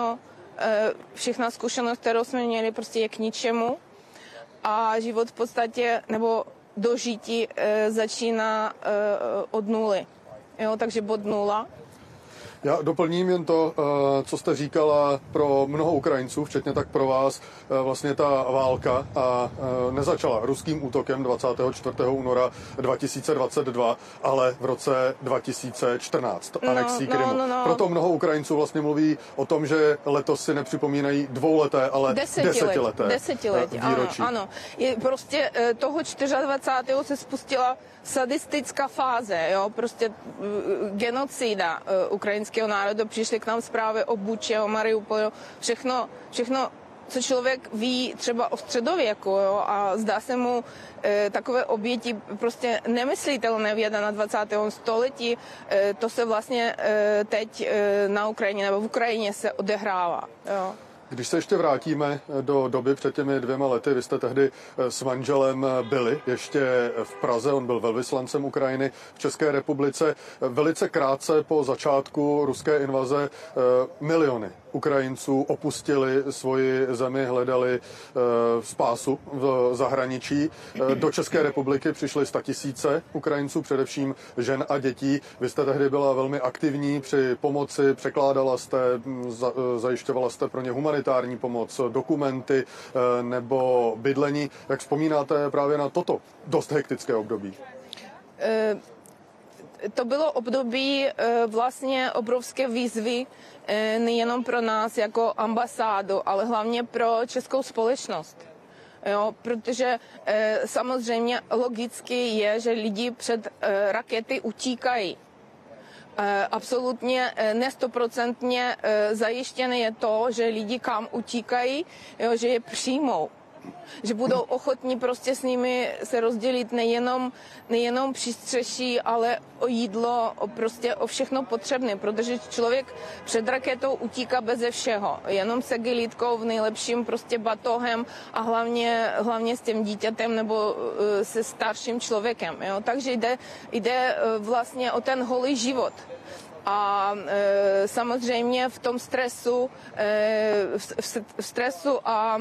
Všechna zkušenost, kterou jsme měli, prostě je k ničemu. A život v podstatě, nebo dožití začíná od nuly. Jo, takže bod nula. Já doplním jen to, co jste říkala pro mnoho Ukrajinců, včetně tak pro vás, vlastně ta válka nezačala ruským útokem 24. února 2022, ale v roce 2014, anexí Krymu. Proto mnoho Ukrajinců vlastně mluví o tom, že letos si nepřipomínají 2leté, ale desetileté výročí. Ano. Je prostě toho 24. se spustila sadistická fáze, jo, prostě genocida ukrajinského národa. Přišly k nám zprávy o Buče, o Mariupolu, všechno, co člověk ví třeba o středověku, jo, a zdá se mu takové oběti prostě nemyslitelné v 21. století. To se vlastně teď na Ukrajině nebo v Ukrajině se odehrává. Jo. Když se ještě vrátíme do doby před těmi 2 lety, vy jste tehdy s manželem byli ještě v Praze, on byl velvyslancem Ukrajiny v České republice. Velice krátce po začátku ruské invaze miliony Ukrajinců opustili svoji zemi, hledali spásu v zahraničí. Do České republiky přišly 100 000 Ukrajinců, především žen a dětí. Vy jste tehdy byla velmi aktivní při pomoci, překládala jste, zajišťovala jste pro ně humanitární pomoc, dokumenty nebo bydlení. Jak vzpomínáte právě na toto dost hektické období? To bylo období vlastně obrovské výzvy nejenom pro nás jako ambasádu, ale hlavně pro českou společnost. Jo, protože samozřejmě logicky je, že lidi před rakety utíkají. Absolutně nestoprocentně zajištěné je to, že lidi kam utíkají, jo, že je přijmou. Že budou ochotní prostě s nimi se rozdělit nejenom přístřeší, ale o jídlo, o všechno potřebné, protože člověk před raketou utíká beze všeho, jenom se gelítkou, v nejlepším prostě batohem a hlavně s tím dítětem nebo se starším člověkem. Jo? Takže jde vlastně o ten holý život. A samozřejmě v tom stresu, a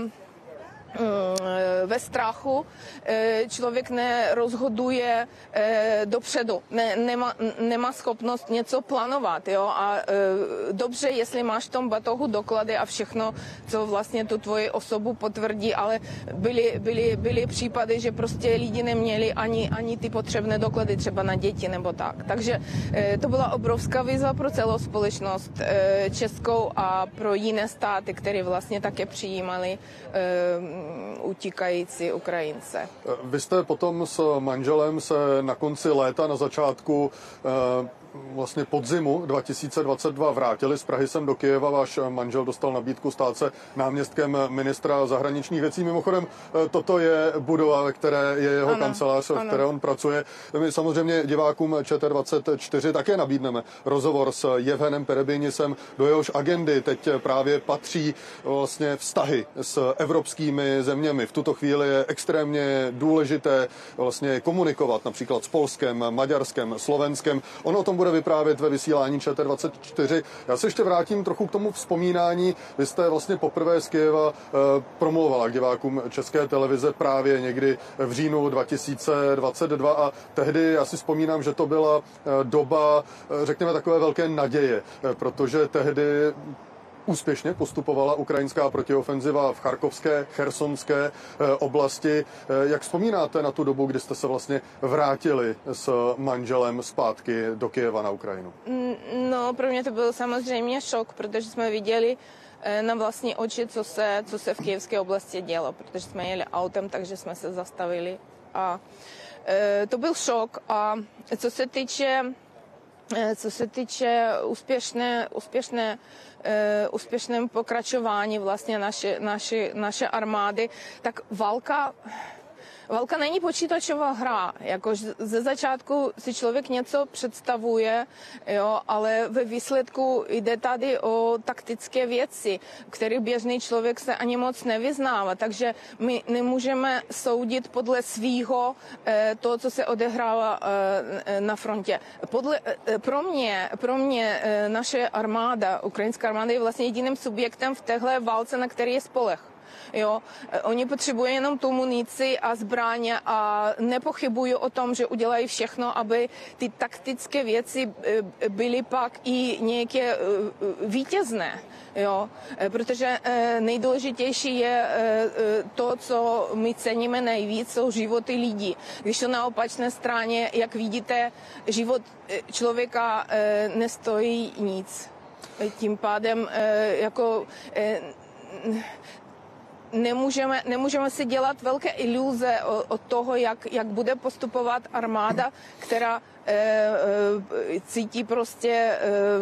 ve strachu člověk nerozhoduje dopředu, nemá schopnost něco plánovat. Jo? A dobře, jestli máš v tom batohu doklady a všechno, co vlastně tu tvoji osobu potvrdí, ale byly případy, že prostě lidi neměli ani ty potřebné doklady třeba na děti nebo tak. Takže to byla obrovská výzva pro celou společnost českou a pro jiné státy, které vlastně také přijímali utíkající Ukrajince. Vy jste potom s manželem se na konci léta, na začátku vlastně podzimu 2022 vrátili z Prahy sem do Kyjeva. Váš manžel dostal nabídku stát se náměstkem ministra zahraničních věcí. Mimochodem, toto je budova, ve které je jeho kancelář, v které on pracuje. My samozřejmě divákům ČT24 také nabídneme rozhovor s Jevhenem Perebynisem, do jehož agendy teď právě patří vlastně vztahy s evropskými těmi zeměmi. V tuto chvíli je extrémně důležité vlastně komunikovat například s Polskem, Maďarskem, Slovenskem. On o tom bude vyprávět ve vysílání ČT24. Já se ještě vrátím trochu k tomu vzpomínání. Vy jste vlastně poprvé z Kyjeva promluvala k divákům České televize právě někdy v říjnu 2022 a tehdy já si vzpomínám, že to byla doba, řekněme, takové velké naděje, protože tehdy úspěšně postupovala ukrajinská protiofenziva v charkovské, chersonské oblasti. Jak vzpomínáte na tu dobu, kdy jste se vlastně vrátili s manželem zpátky do Kyjeva na Ukrajinu? No, pro mě to byl samozřejmě šok, protože jsme viděli na vlastní oči, co se v kyjevské oblasti dělo, protože jsme jeli autem, takže jsme se zastavili. A to byl šok. A co se týče úspěšném pokračování vlastně naše armády, tak válka není počítačová hra. Jako ze začátku si člověk něco představuje, jo, ale ve výsledku jde tady o taktické věci, kterých běžný člověk se ani moc nevyznává. Takže my nemůžeme soudit podle svýho to, co se odehrává na frontě. Pro mě naše armáda, ukrajinská armáda je vlastně jediným subjektem v téhle válce, na který je spoleh. Jo, oni potřebují jenom tu munici a zbraně a nepochybují o tom, že udělají všechno, aby ty taktické věci byly pak i nějaké vítězné. Jo, protože nejdůležitější je to, co my ceníme nejvíc, jsou životy lidí. Když to na opačné straně, jak vidíte, život člověka nestojí nic. Tím pádem jako nemůžeme si dělat velké iluze od toho, jak bude postupovat armáda, která cítí prostě,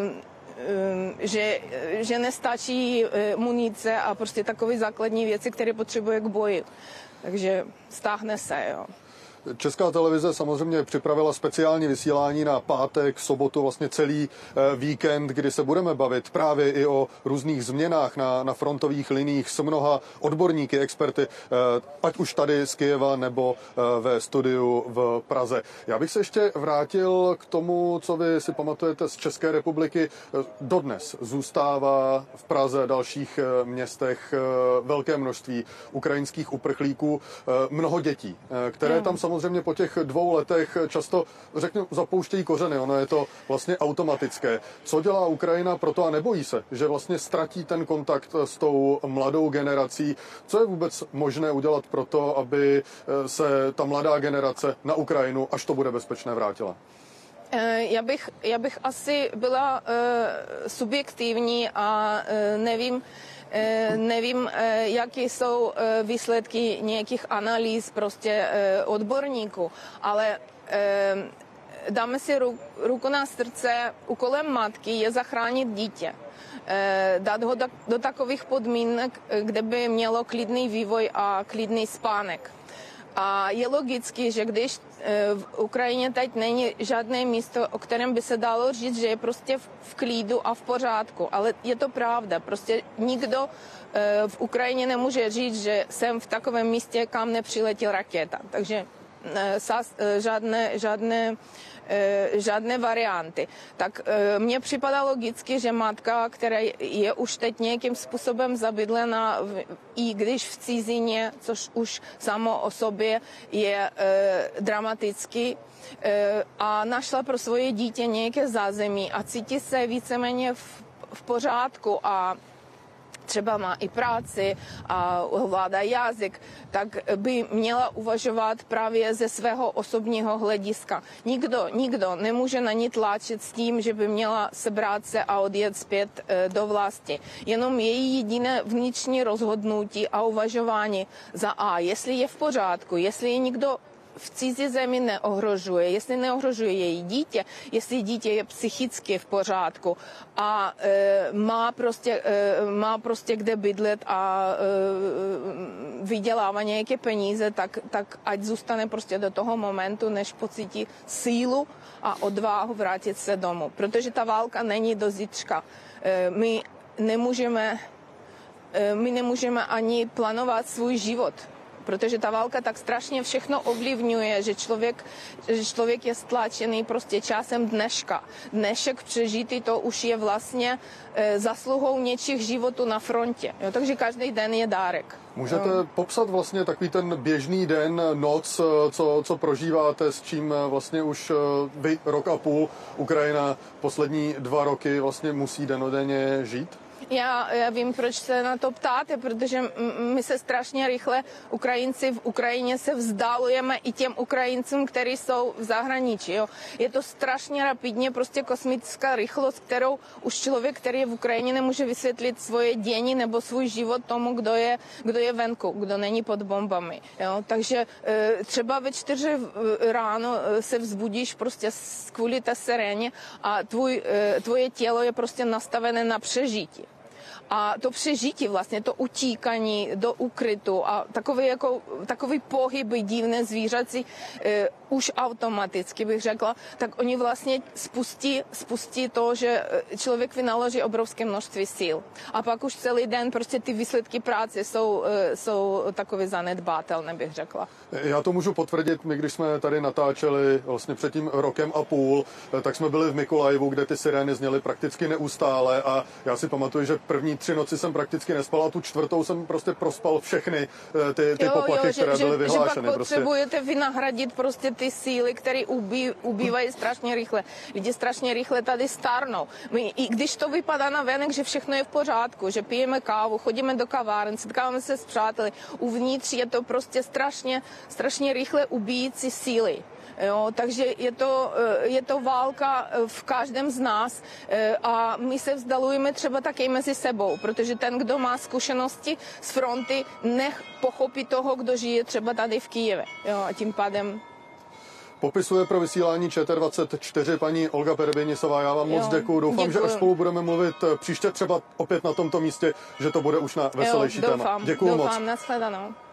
že nestačí munice a prostě takové základní věci, které potřebuje k boji. Takže stáhne se, jo. Česká televize samozřejmě připravila speciální vysílání na pátek, sobotu, vlastně celý víkend, kdy se budeme bavit právě i o různých změnách na frontových liních s mnoha odborníky, experty, ať už tady z Kyjeva nebo ve studiu v Praze. Já bych se ještě vrátil k tomu, co vy si pamatujete z České republiky. Dodnes zůstává v Praze a dalších městech velké množství ukrajinských uprchlíků, mnoho dětí, které tam samozřejmě po těch 2 letech často, řeknu, zapouštějí kořeny. Ono je to vlastně automatické. Co dělá Ukrajina proto a nebojí se, že vlastně ztratí ten kontakt s tou mladou generací? Co je vůbec možné udělat proto, aby se ta mladá generace na Ukrajinu, až to bude bezpečné, vrátila? Já bych asi byla subjektivní a nevím, jaké jsou výsledky nějakých analýz prostě odborníků, ale dáme si ruku na srdce, úkolem matky je zachránit dítě. Dát ho do takových podmínek, kde by mělo klidný vývoj a klidný spánek. A je logicky, že když v Ukrajině teď není žádné místo, o kterém by se dalo říct, že je prostě v klidu a v pořádku. Ale je to pravda. Prostě nikdo v Ukrajině nemůže říct, že jsem v takovém místě, kam nepřiletěl raketa. Takže žádné varianty. Tak mně připadá logicky, že matka, která je už teď nějakým způsobem zabydlena, i když v cizině, což už samo o sobě je dramaticky, a našla pro svoje dítě nějaké zázemí a cítí se víceméně v pořádku a třeba má i práci a ovládá jazyk, tak by měla uvažovat právě ze svého osobního hlediska. Nikdo nemůže na ní tlačit s tím, že by měla sebrat se a odjet zpět do vlasti. Jenom její jediné vnitřní rozhodnutí a uvažování za A, jestli je v pořádku, jestli je nikdo v cizí zemi neohrožuje, jestli neohrožuje její dítě, jestli dítě je psychicky v pořádku a má prostě kde bydlet a vydělává nějaké peníze, tak ať zůstane prostě do toho momentu, než pocítí sílu a odvahu vrátit se domů. Protože ta válka není do zítřka. My nemůžeme my nemůžeme ani plánovat svůj život. Protože ta válka tak strašně všechno ovlivňuje, že člověk je stlačený prostě časem dneška. Dnešek přežitý, to už je vlastně zasluhou něčích životů na frontě. Jo, takže každý den je dárek. Můžete popsat vlastně takový ten běžný den, noc, co prožíváte, s čím vlastně už vy rok a půl, Ukrajina poslední 2 roky vlastně musí dennodenně žít? Já vím, proč se na to ptáte, protože my se strašně rychle, Ukrajinci v Ukrajině se vzdálujeme i těm Ukrajincům, kteří jsou v zahraničí. Jo. Je to strašně rapidně, prostě kosmická rychlost, kterou už člověk, který je v Ukrajině, nemůže vysvětlit svoje dění nebo svůj život tomu, kdo je venku, kdo není pod bombami. Jo. Takže třeba ve 4 ráno se vzbudíš prostě kvůli té siréně a tvoje tělo je prostě nastavené na přežití. A to přežití vlastně, to utíkání do ukrytu a takový pohyby divné zvířací už automaticky bych řekla, tak oni vlastně spustí to, že člověk vynaloží obrovské množství sil. A pak už celý den prostě ty výsledky práce jsou takové zanedbatelné, bych řekla. Já to můžu potvrdit, my když jsme tady natáčeli vlastně před tím 1,5 roku, tak jsme byli v Mykolajivu, kde ty sirény zněly prakticky neustále a já si pamatuju, že první 3 noci jsem prakticky nespal a tu 4. jsem prostě prospal všechny ty poplachy, které byly vyhlášeny. Že pak potřebujete vynahradit prostě ty síly, které ubývají strašně rychle. Lidi strašně rychle tady stárnou. I když to vypadá na venek, že všechno je v pořádku, že pijeme kávu, chodíme do kaváren, setkáváme se s přáteli, uvnitř je to prostě strašně rychle ubíjící síly. Jo, takže je to válka v každém z nás a my se vzdalujeme třeba také mezi sebou, protože ten, kdo má zkušenosti z fronty, nech pochopí toho, kdo žije třeba tady v Kyjevě. Jo, a tím pádem popisuje pro vysílání ČT24 paní Olga Perebenisová. Já vám moc děkuju. Doufám, že až spolu budeme mluvit příště třeba opět na tomto místě, že to bude už na veselější téma. Děkuju moc. Doufám, nashledanou.